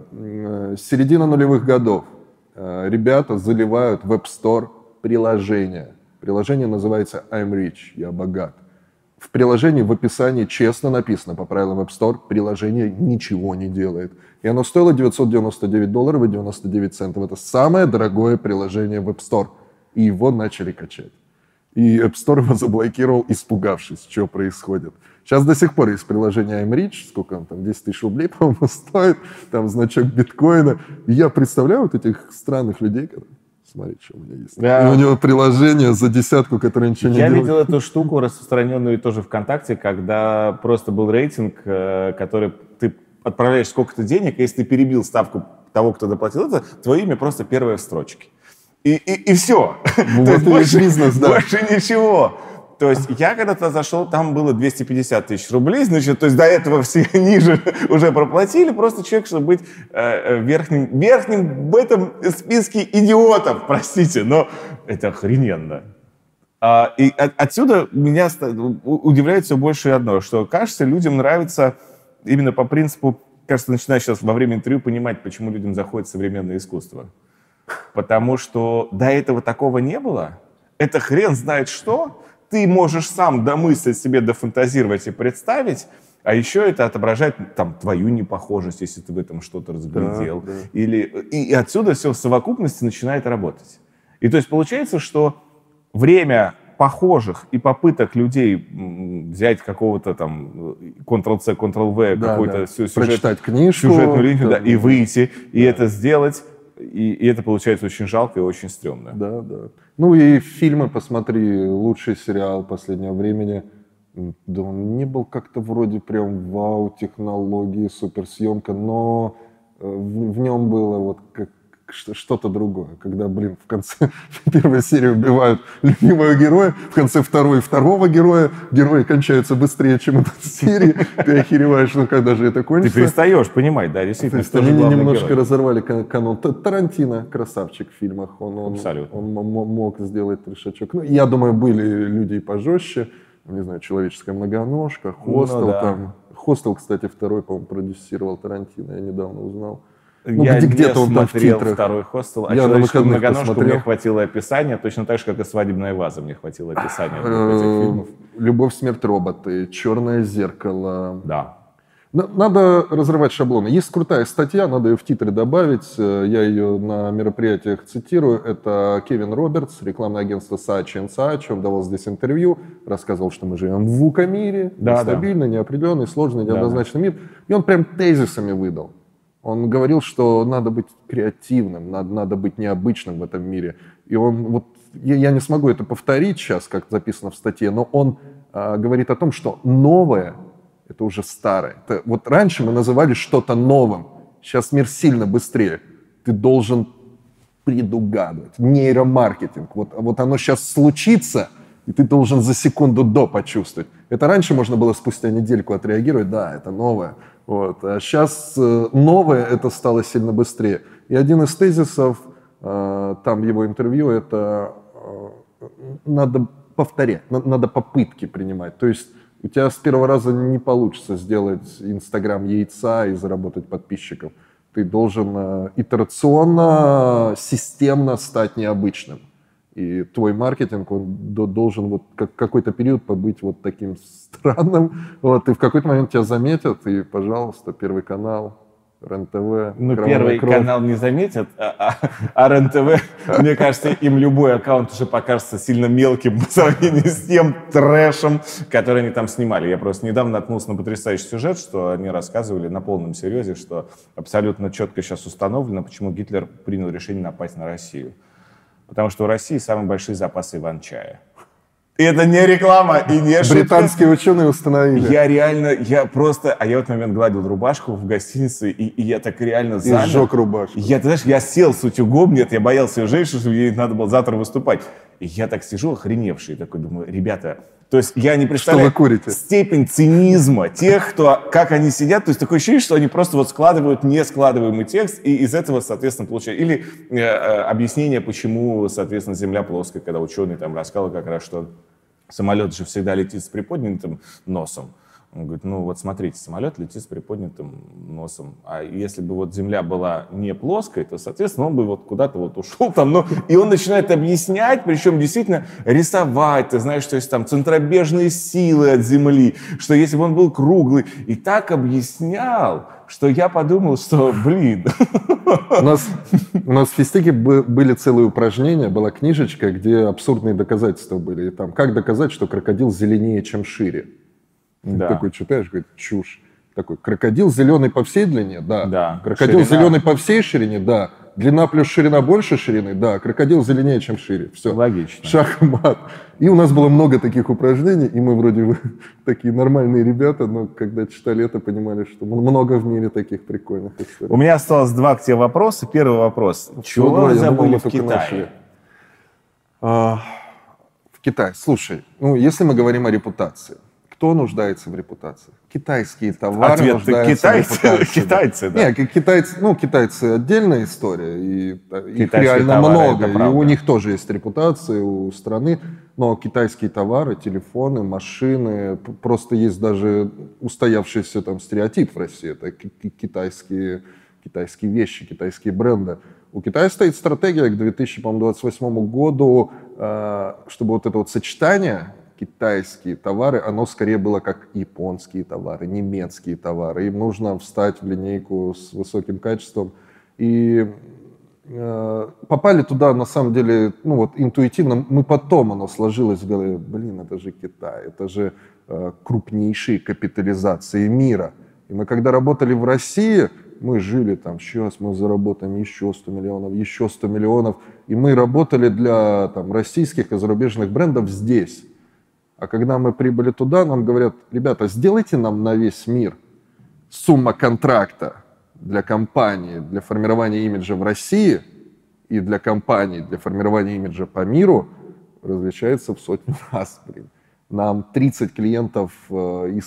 С середины нулевых годов ребята заливают в App Store приложение. Приложение называется I'm Rich, я богат. В приложении в описании честно написано по правилам App Store: приложение ничего не делает. И оно стоило девятьсот девяносто девять долларов и девяносто девять центов. Это самое дорогое приложение в App Store. И его начали качать. И App Store его заблокировал, испугавшись, что происходит. Сейчас до сих пор есть приложение I'm Rich, сколько он там, десять тысяч рублей, по-моему, стоит, там значок биткоина. И я представляю вот этих странных людей, которые... Смотри, что у меня есть. Да. И у него приложение за десятку, которое ничего я не делает. Я видел эту штуку, распространенную тоже ВКонтакте, когда просто был рейтинг, который ты отправляешь сколько-то денег, и если ты перебил ставку того, кто доплатил это, твое имя просто первое в строчке. И, и, и все. Ну, вот больше, бизнес, да. Больше ничего. То есть я когда-то зашел, там было двести пятьдесят тысяч рублей, значит, то есть до этого все ниже уже проплатили, просто человек, чтобы быть э, верхним, верхним в этом списке идиотов, простите, но это охрененно. А, и от, отсюда меня удивляет все больше одно, что, кажется, людям нравится именно по принципу, кажется, начинаю сейчас во время интервью понимать, почему людям заходит современное искусство. Потому что до этого такого не было. Это хрен знает что. Ты можешь сам домыслить себе, дофантазировать и представить, А еще это отображает там твою непохожесть, если ты в этом что-то разглядел. Да, да. Или, и, и отсюда все в совокупности начинает работать. И то есть получается, что время похожих и попыток людей взять какого-то там контрол-C, контрол-V, Да, какой-то да. сюжет, Прочитать книжку, сюжетную линию, да, да, и да. выйти, и Да. это сделать, и, и это получается очень жалко и очень стрёмно. Да, да. Ну и фильмы посмотри, лучший сериал последнего времени. Да он не был как-то вроде прям вау, технологии, суперсъемка, но в, в нем было вот как что-то другое. Когда, блин, в конце первой серии убивают любимого героя, в конце второй второго героя, герои кончаются быстрее, чем эта серия, ты охереваешь, ну когда же это кончится. Ты перестаешь понимать, да, действительно, То есть тоже они главный немножко герой. разорвали канон. Тарантино красавчик в фильмах, он, он, Абсолютно. он мог сделать трешачок. Ну, я думаю, были люди и пожестче, не знаю, «Человеческая многоножка», «Хостел», Ну, да. там. «Хостел», кстати, второй, по-моему, продюсировал Тарантино, я недавно узнал. Ну, Я где- не где-то он там в смотрел титрах. второй «Хостел», а Я на «Человеческую выходных многоножку» посмотрел. мне хватило описания, точно так же, как и «Свадебная ваза» мне хватило описания двух этих Э, фильмов. «Любовь, смерть, роботы», «Черное зеркало». Да. На- Надо разрывать шаблоны. Есть крутая статья, надо ее в титры добавить. Э, Я ее на мероприятиях цитирую. Это Кевин Робертс, рекламное агентство Saatchi энд Saatchi. Он давал здесь интервью, рассказывал, что мы живем в ВУКа-мире, Да, нестабильный, неопределенный, сложный, Да, неоднозначный мир. И он прям тезисами выдал. Он говорил, что надо быть креативным, надо, надо быть необычным в этом мире. И он, вот, я, я не смогу это повторить сейчас, как записано в статье, но он а, говорит о том, что новое — это уже старое. Это, вот раньше мы называли что-то новым, сейчас мир сильно быстрее. Ты должен предугадывать. Нейромаркетинг. Вот, вот оно сейчас случится, и ты должен за секунду до почувствовать. Это раньше можно было спустя недельку отреагировать, да, это новое. Вот. А сейчас э, новое это стало сильно быстрее. И один из тезисов, э, там его интервью, это э, надо повторять, на- надо попытки принимать. То есть у тебя с первого раза не получится сделать Инстаграм яйца и заработать подписчиков. Ты должен э, итерационно, системно стать необычным. И твой маркетинг, он до- должен вот как, какой-то период побыть вот таким странным. Вот, и в какой-то момент тебя заметят, и, пожалуйста, Первый канал, РЕН-ТВ, Ну, «Кровавая Первый кровь». канал не заметят, а, а, а РЕН-ТВ, мне кажется, им любой аккаунт уже покажется сильно мелким по сравнению с тем трэшем, который они там снимали. Я просто недавно наткнулся на потрясающий сюжет, что они рассказывали на полном серьезе, что абсолютно четко сейчас установлено, почему Гитлер принял решение напасть на Россию. Потому что у России самые большие запасы иван-чая. И это не реклама и не шутка. Британские ученые установили. Я реально, я просто... А я в этот момент гладил рубашку в гостинице, и, и я так реально И замер. сжег рубашку. Я, ты знаешь, я сел с утюгом, нет, я боялся ее женщин, что мне надо было завтра выступать. И я так сижу, охреневший, такой думаю, ребята... То есть я не представляю Что вы курите? степень цинизма тех, кто, как они сидят. То есть такое ощущение, что они просто вот складывают нескладываемый текст, и из этого, соответственно, получают... Или э, э, объяснение, почему, соответственно, Земля плоская, когда ученый там рассказал как раз, что самолет же всегда летит с приподнятым носом. Он говорит, ну вот смотрите, самолет летит с приподнятым носом, а если бы вот Земля была не плоской, то, соответственно, он бы вот куда-то вот ушел там, ну, и он начинает объяснять, причем действительно рисовать, ты знаешь, что есть там центробежные силы от Земли, что если бы он был круглый, и так объяснял, что я подумал, что, блин. У нас, у нас в физтеке бы- были целые упражнения, была книжечка, где абсурдные доказательства были. И там, как доказать, что крокодил зеленее, чем шире. Да. Такой читаешь, говорит, чушь. Такой, крокодил зеленый по всей длине? Да. Да. Крокодил Ширина. зеленый по всей ширине? Да. Длина плюс ширина больше ширины? Да. Крокодил зеленее, чем шире. Все. Логично. Шахмат. И у нас было много таких упражнений, и мы вроде бы такие нормальные ребята, но когда читали это, понимали, что много в мире таких прикольных историй. У меня осталось два к тебе вопроса. Первый вопрос. Чего Всего два, вы я думал, забыли мы в только Китае? начали. А, в Китае. Слушай, ну если мы говорим о репутации, кто нуждается в репутации? Китайские товары Ответ, нуждаются китайцы, в репутации. китайцы, да. Не, к- китайцы, ну, китайцы отдельная история, и да, их Китайские реально товары, много, это и правда. у них тоже есть репутация у страны, но китайские товары, телефоны, машины, п- просто есть даже устоявшийся там стереотип в России, это ки- ки- китайские, китайские вещи, китайские бренды. У Китая стоит стратегия к две тысячи двадцать восьмому году, э, чтобы вот это вот сочетание китайские товары, оно скорее было как японские товары, немецкие товары. Им нужно встать в линейку с высоким качеством. И э, попали туда, на самом деле, ну вот интуитивно, мы потом оно сложилось в голове, блин, это же Китай, это же э, крупнейшие капитализации мира. И мы когда работали в России, мы жили там, сейчас мы заработаем еще сто миллионов, еще сто миллионов. И мы работали для там, российских и зарубежных брендов здесь. А когда мы прибыли туда, нам говорят, ребята, сделайте нам на весь мир сумма контракта для компании, для формирования имиджа в России и для компаний, для формирования имиджа по миру различается в сотню раз, блин. Нам тридцать клиентов из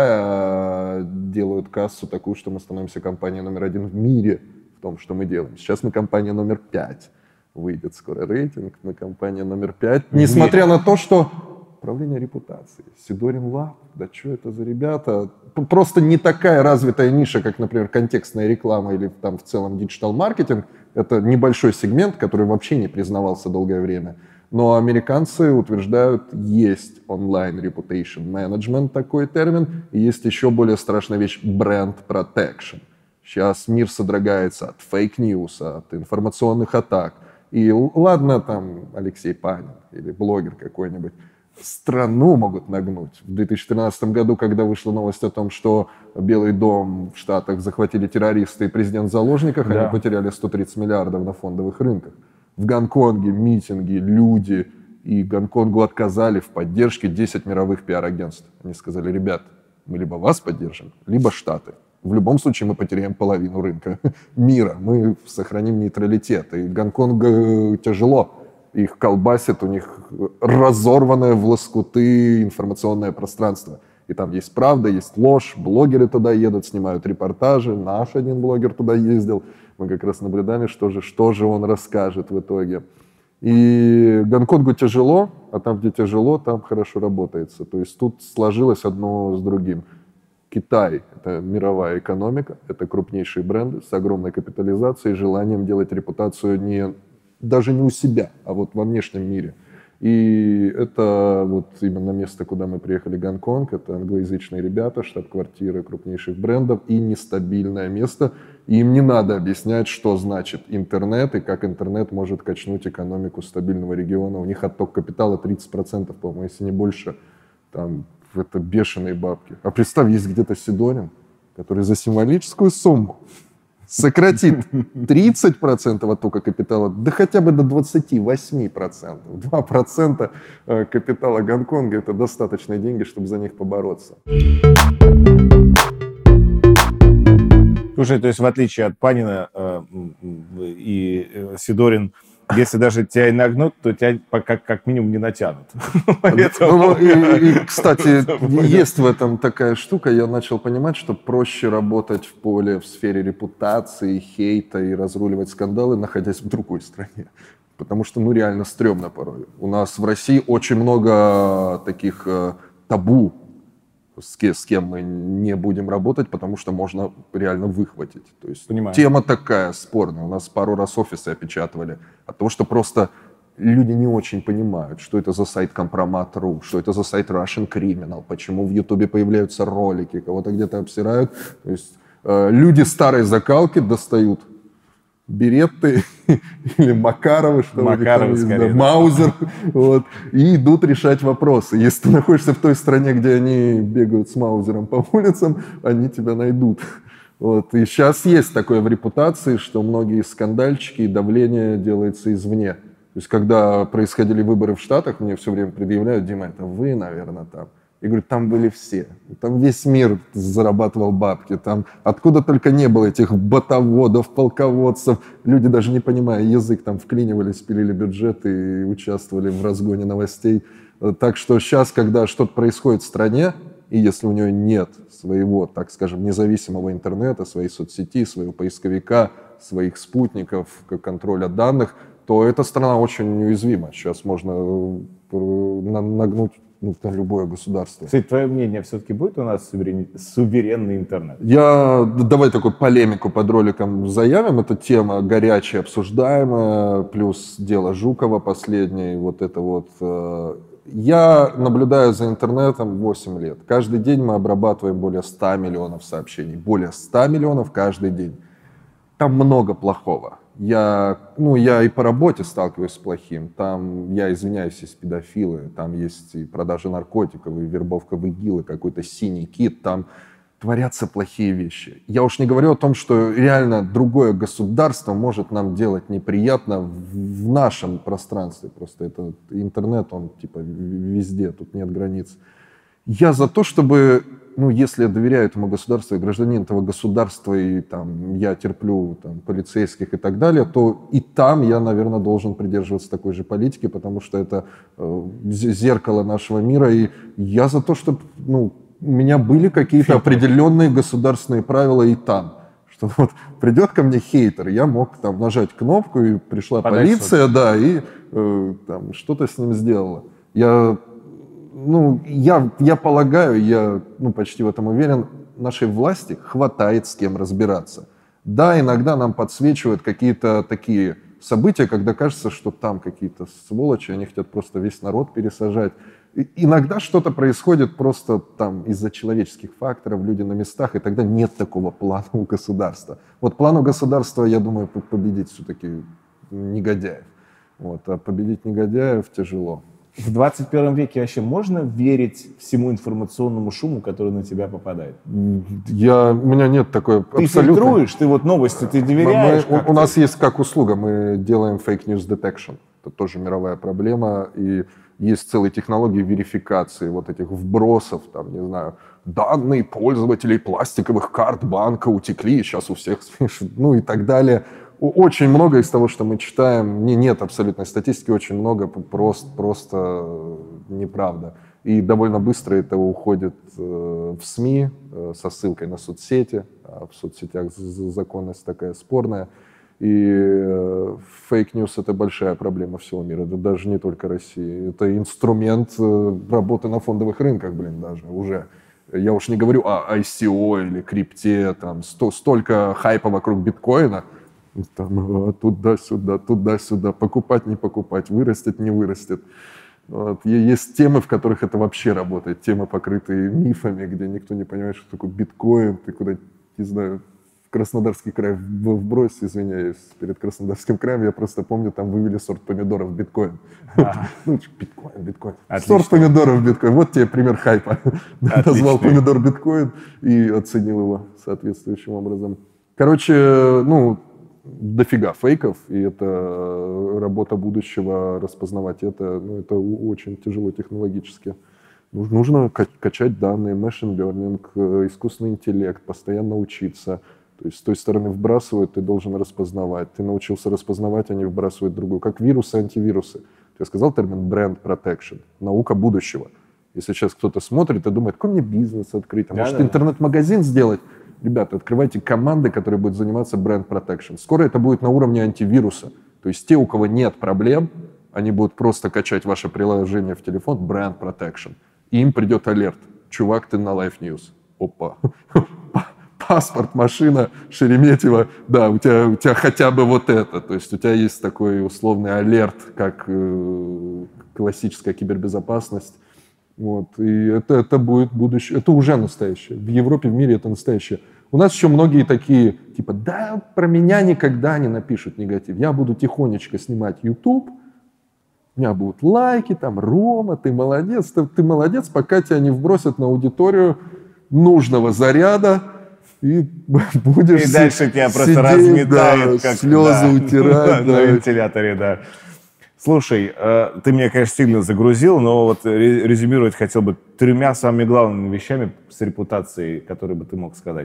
Китая делают кассу такую, что мы становимся компанией номер один в мире в том, что мы делаем. Сейчас мы компания номер пять. Выйдет скоро рейтинг, мы компания номер пять. Несмотря на то, что управление репутацией, Сидорин Лаб, да что это за ребята? Просто не такая развитая ниша, как, например, контекстная реклама или там в целом диджитал-маркетинг. Это небольшой сегмент, который вообще не признавался долгое время. Но американцы утверждают, есть онлайн reputation management, такой термин, и есть еще более страшная вещь – бренд protection. Сейчас мир содрогается от фейк-ньюс, от информационных атак. И ладно, там Алексей Панин или блогер какой-нибудь, страну могут нагнуть. В две тысячи тринадцатом году, когда вышла новость о том, что Белый дом в Штатах захватили террористы и президент в заложниках, да. Они потеряли сто тридцать миллиардов на фондовых рынках. В Гонконге митинги, люди, и Гонконгу отказали в поддержке десять мировых пиар-агентств. Они сказали, ребят, мы либо вас поддержим, либо Штаты. В любом случае мы потеряем половину рынка мира, мы сохраним нейтралитет. И Гонконгу тяжело, их колбасит, у них разорванное в лоскуты информационное пространство. И там есть правда, есть ложь, блогеры туда едут, снимают репортажи, наш один блогер туда ездил. Мы как раз наблюдали, что же, что же он расскажет в итоге. И Гонконгу тяжело, а там, где тяжело, там хорошо работается. То есть тут сложилось одно с другим. Китай – это мировая экономика, это крупнейшие бренды с огромной капитализацией, желанием делать репутацию не, даже не у себя, а вот во внешнем мире. И это вот именно место, куда мы приехали, Гонконг. Это англоязычные ребята, штаб-квартиры крупнейших брендов и нестабильное место. И им не надо объяснять, что значит интернет и как интернет может качнуть экономику стабильного региона. У них отток капитала тридцать процентов, по-моему, если не больше. Там это бешеные бабки. А представь, есть где-то Сидорин, который за символическую сумму сократит тридцать процентов оттока капитала, да хотя бы до двадцати восьми процентов. два процента капитала Гонконга – это достаточные деньги, чтобы за них побороться. Слушай, то есть в отличие от Панина э, и э, Сидорин, если даже тебя и нагнут, то тебя как, как минимум не натянут. Ну, и, и, кстати, есть в этом такая штука. Я начал понимать, что проще работать в поле, в сфере репутации, хейта и разруливать скандалы, находясь в другой стране. Потому что, ну, реально стрёмно порой. У нас в России очень много таких э, табу, с, с кем мы не будем работать, потому что можно реально выхватить. То есть Понимаю. Тема такая спорная. У нас пару раз офисы опечатывали от того, что просто люди не очень понимают, что это за сайт Компромат точка ру, что это за сайт Russian Criminal, почему в Ютубе появляются ролики, кого-то где-то обсирают. То есть э, люди старой закалки достают Беретты или Макаровы, что Макаровы, есть, да, Маузер, вот, и идут решать вопросы. Если ты находишься в той стране, где они бегают с Маузером по улицам, они тебя найдут. Вот. И сейчас есть такое в репутации, что многие скандальчики и давление делается извне. То есть, когда происходили выборы в Штатах, мне все время предъявляют, Дима, это вы, наверное, там. Я говорю, там были все. Там весь мир зарабатывал бабки. Там откуда только не было этих ботоводов, полководцев. Люди, даже не понимая язык, там вклинивались, пилили бюджеты и участвовали в разгоне новостей. Так что сейчас, когда что-то происходит в стране, и если у нее нет своего, так скажем, независимого интернета, своей соцсети, своего поисковика, своих спутников, контроля данных, то эта страна очень уязвима. Сейчас можно нагнуть ну, на любое государство. Кстати, твое мнение, все-таки будет у нас суверен... суверенный интернет? Я, давай такую полемику под роликом заявим. Эта тема горячая, обсуждаемая, плюс дело Жукова последнее, вот это вот. Я наблюдаю за интернетом восемь лет. Каждый день мы обрабатываем более ста миллионов сообщений. Более ста миллионов каждый день. Там много плохого. Я, ну, я и по работе сталкиваюсь с плохим. Там, я извиняюсь, есть педофилы, там есть и продажа наркотиков, и вербовка в ИГИЛ, и какой-то синий кит. Там творятся плохие вещи. Я уж не говорю о том, что реально другое государство может нам делать неприятно в нашем пространстве. Просто это интернет, он типа везде, тут нет границ. Я за то, чтобы, ну, если я доверяю этому государству, и гражданин этого государства, и там я терплю там, полицейских и так далее, то и там я, наверное, должен придерживаться такой же политики, потому что это э, зеркало нашего мира. И я за то, чтобы, ну, у меня были какие-то определенные государственные правила и там. Что вот придет ко мне хейтер, я мог там нажать кнопку, и пришла Подать полиция, суд. да, и э, там что-то с ним сделала. Я, ну, я, я полагаю, я ну, почти в этом уверен, нашей власти хватает с кем разбираться. Да, иногда нам подсвечивают какие-то такие события, когда кажется, что там какие-то сволочи, они хотят просто весь народ пересажать. Иногда что-то происходит просто там из-за человеческих факторов, люди на местах, и тогда нет такого плана у государства. Вот план у государства, я думаю, победить все-таки негодяев. Вот, а победить негодяев тяжело. В двадцать первом веке вообще можно верить всему информационному шуму, который на тебя попадает? Я, у меня нет такой ты абсолютно... Ты фильтруешь, ты вот новости, ты доверяешь? Мы, у, у нас есть как услуга, мы делаем fake news detection. Это тоже мировая проблема, и есть целые технологии верификации вот этих вбросов, там, не знаю, данные пользователей пластиковых карт банка утекли, сейчас у всех спишут, ну и так далее. Очень много из того, что мы читаем, не, нет абсолютной статистики, очень много просто, просто неправда. И довольно быстро это уходит э, в СМИ э, со ссылкой на соцсети, а в соцсетях законность такая спорная. И фейк-ньюс — это большая проблема всего мира, это даже не только России. Это инструмент работы на фондовых рынках, блин, даже уже. Я уж не говорю о ай си о или крипте, там сто, столько хайпа вокруг биткоина, там, туда-сюда, туда-сюда, покупать, не покупать, вырастет, не вырастет. Вот. И есть темы, в которых это вообще работает, темы, покрытые мифами, где никто не понимает, что такое биткоин, ты куда, не знаю, Краснодарский край вбрось, извиняюсь, перед Краснодарским краем, я просто помню, там вывели сорт помидоров биткоин. А. Ну, биткоин, биткоин. Отлично. Сорт помидоров биткоин. Вот тебе пример хайпа. Назвал помидор биткоин и оценил его соответствующим образом. Короче, ну, дофига фейков, и это работа будущего, распознавать это, ну, это очень тяжело технологически. Нужно качать данные, machine learning, искусственный интеллект, постоянно учиться. То есть с той стороны вбрасывают, ты должен распознавать. Ты научился распознавать, они вбрасывают другую. Как вирусы, антивирусы. Я сказал термин бренд protection. Наука будущего. Если сейчас кто-то смотрит и думает, какой мне бизнес открыть, а может да, интернет-магазин сделать? Ребята, открывайте команды, которые будут заниматься бренд protection. Скоро это будет на уровне антивируса. То есть те, у кого нет проблем, они будут просто качать ваше приложение в телефон, бренд protection. И им придет алерт. Чувак, ты на Life News. Опа. Паспорт, машина, Шереметьево. Да, у тебя, у тебя хотя бы вот это. То есть у тебя есть такой условный алерт, как э, классическая кибербезопасность. Вот. И это, это будет будущее. Это уже настоящее. В Европе, в мире это настоящее. У нас еще многие такие, типа, да, про меня никогда не напишут негатив. Я буду тихонечко снимать YouTube, у меня будут лайки, там, Рома, ты молодец, ты, ты молодец, пока тебя не вбросят на аудиторию нужного заряда, и будешь И дальше тебя просто сидеть, разметает, да, как слезы да, утирать. На да. вентиляторе, да. Слушай, ты меня, конечно, сильно загрузил, но вот резюмировать хотел бы тремя самыми главными вещами с репутацией, которые бы ты мог сказать.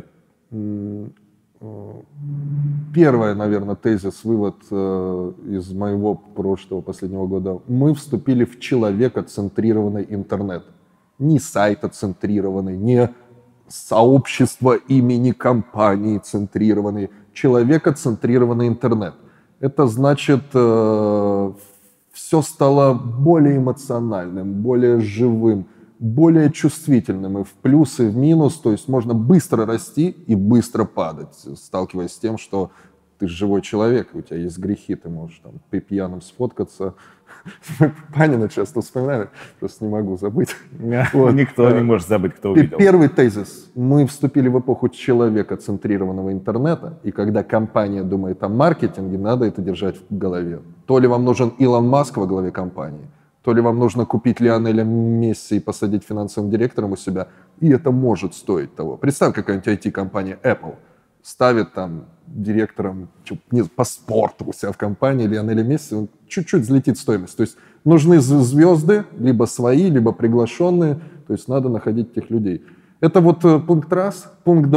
Первое, наверное, тезис, вывод э, из моего прошлого, последнего года. Мы вступили в человекоцентрированный интернет. Не сайтоцентрированный, не сообщество имени компании центрированный. Человекоцентрированный интернет. Это значит, э, все стало более эмоциональным, более живым, более чувствительным и в плюс, и в минус. То есть можно быстро расти и быстро падать, сталкиваясь с тем, что ты же живой человек, у тебя есть грехи, ты можешь там при пьяном сфоткаться. Панина часто вспоминали, просто не могу забыть. Вот. Никто не может забыть, кто увидел. Первый тезис. Мы вступили в эпоху человека-центрированного интернета, и когда компания думает о маркетинге, надо это держать в голове. То ли вам нужен Илон Маск во главе компании, то ли вам нужно купить Лионеля Месси и посадить финансовым директором у себя, и это может стоить того. Представь, какая-нибудь ай ти-компания Apple ставит там директором не, по спорту у себя в компании Лионеля Месси, он чуть-чуть взлетит стоимость. То есть нужны звезды, либо свои, либо приглашенные, то есть надо находить этих людей. Это вот пункт раз. Пункт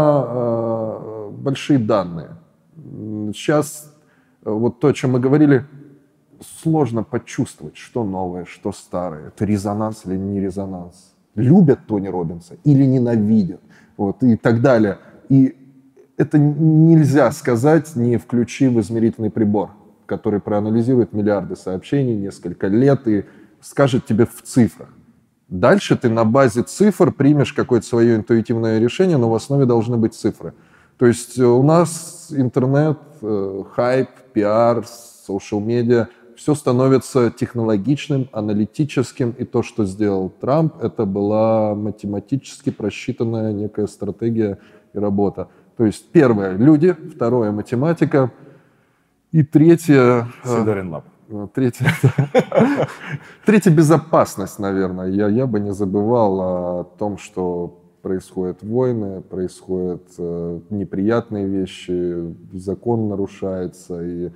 два, большие данные. Сейчас вот то, о чем мы говорили, сложно почувствовать, что новое, что старое. Это резонанс или не резонанс. Любят Тони Роббинса или ненавидят. Вот, и так далее. И это нельзя сказать, не включив измерительный прибор, который проанализирует миллиарды сообщений несколько лет и скажет тебе в цифрах. Дальше ты на базе цифр примешь какое-то свое интуитивное решение, но в основе должны быть цифры. То есть у нас интернет, хайп, пиар, социал-медиа, все становится технологичным, аналитическим, и то, что сделал Трамп, это была математически просчитанная некая стратегия и работа. То есть первое — люди, второе — математика, и третье... Сидорин Лаб. Третье, третье — безопасность, наверное. Я, я бы не забывал о том, что происходят войны, происходят э, неприятные вещи, закон нарушается, и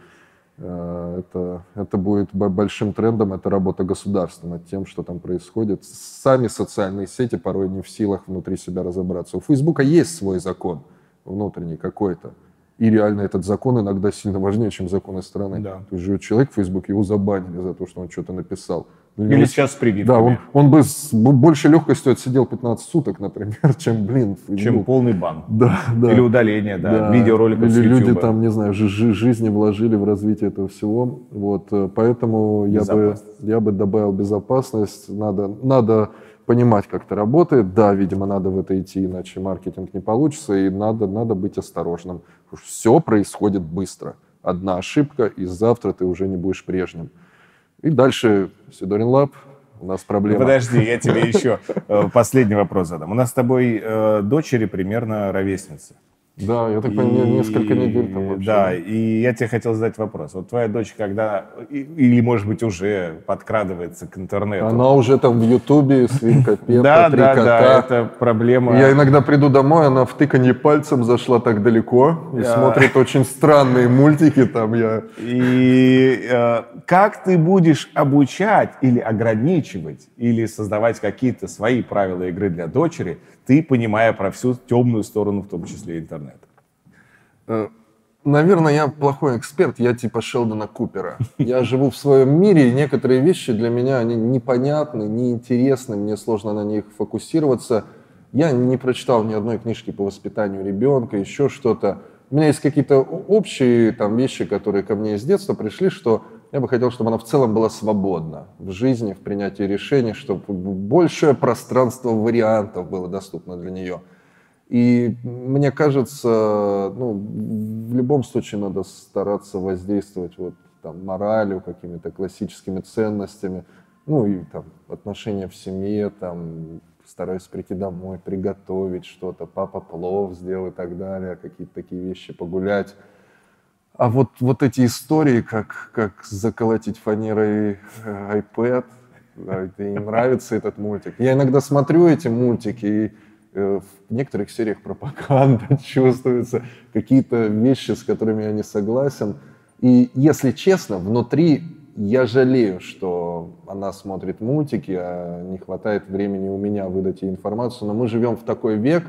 э, это, это будет большим трендом, это работа государства над тем, что там происходит. Сами социальные сети порой не в силах внутри себя разобраться. У Фейсбука есть свой закон внутренний какой-то. И реально этот закон иногда сильно важнее, чем законы страны. Да. То есть живет человек в Фейсбуке, его забанили за то, что он что-то написал. Или него... сейчас с прививками. Да, он, он бы с большей легкостью отсидел пятнадцать суток, например, чем, блин, Фейсбук. Чем полный бан. Да, да. Или удаление, да, да. видеороликов с YouTube. Люди там, не знаю, жи- жизни вложили в развитие этого всего. Вот, поэтому я бы, я бы добавил безопасность. Надо, надо понимать, как это работает. Да, видимо, надо в это идти, иначе маркетинг не получится. И надо, надо быть осторожным. Потому что все происходит быстро. Одна ошибка, и завтра ты уже не будешь прежним. И дальше Сидорин Лаб. У нас проблема. Ну, подожди, я тебе еще последний вопрос задам. У нас с тобой э, дочери примерно ровесницы. Да, я так понимаю, несколько недель там вообще. Да, и я тебе хотел задать вопрос. Вот твоя дочь, когда, или, может быть, уже подкрадывается к интернету. Она уже там в Ютубе, свинка Пеппа, да, три да, кота. Да, это проблема. Я иногда приду домой, она в тыканье пальцем зашла так далеко и да. смотрит очень странные мультики там. Я... И э, как ты будешь обучать или ограничивать, или создавать какие-то свои правила игры для дочери, ты, понимая про всю темную сторону, в том числе интернета? Наверное, я плохой эксперт, я типа Шелдона Купера. Я живу в своем мире, и некоторые вещи для меня они непонятны, неинтересны, мне сложно на них фокусироваться. Я не прочитал ни одной книжки по воспитанию ребенка, еще что-то. У меня есть какие-то общие там вещи, которые ко мне из детства пришли, что я бы хотел, чтобы она в целом была свободна в жизни, в принятии решений, чтобы большее пространство вариантов было доступно для нее. И мне кажется, ну, в любом случае надо стараться воздействовать вот, там, моралью, какими-то классическими ценностями, ну и там, отношения в семье, там, стараюсь прийти домой, приготовить что-то, папа плов сделал и так далее, какие-то такие вещи, погулять. А вот, вот эти истории, как, как заколотить фанерой iPad, да, ей нравится этот мультик. Я иногда смотрю эти мультики, и э, в некоторых сериях пропаганда чувствуется, какие-то вещи, с которыми я не согласен. И, если честно, внутри я жалею, что она смотрит мультики, а не хватает времени у меня выдать ей информацию. Но мы живем в такой век,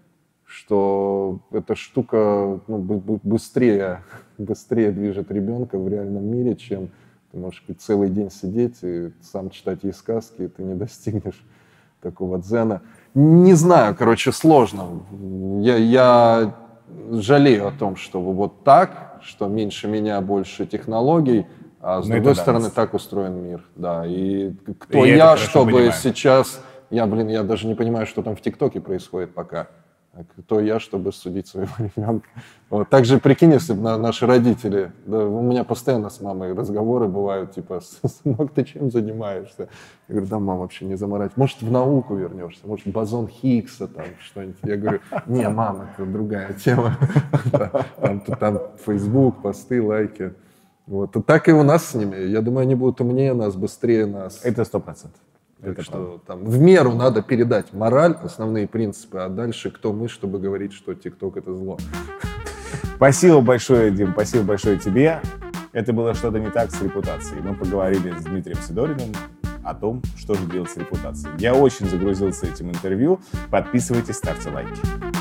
что эта штука ну, быстрее, быстрее движет ребенка в реальном мире, чем ты можешь целый день сидеть и сам читать ей сказки, и ты не достигнешь такого дзена. Не знаю, короче, сложно. Я, я жалею о том, что вот так, что меньше меня, больше технологий, а с Но другой это стороны, данность. так устроен мир. Да. И кто И я, это чтобы понимаю. сейчас... Я, блин, я даже не понимаю, что там в ТикТоке происходит пока. Кто я, чтобы судить своего ребенка? Вот. Также прикинь, если бы на, наши родители, да, у меня постоянно с мамой разговоры бывают, типа, сынок, ты чем занимаешься? Я говорю, да, мам, вообще не заморать. Может, в науку вернешься, может, бозон Хиггса, там, что-нибудь. Я говорю, не, мама, это другая тема. Там Facebook, посты, лайки. Вот. И так и у нас с ними. Я думаю, они будут умнее нас, быстрее нас. Это сто процентов. Так Это что там в меру надо передать мораль, основные принципы, а дальше кто мы, чтобы говорить, что ТикТок — это зло. Спасибо большое, Дим, спасибо большое тебе. Это было «Что-то не так» с репутацией. Мы поговорили с Дмитрием Сидориным о том, что же делать с репутацией. Я очень загрузился этим интервью. Подписывайтесь, ставьте лайки.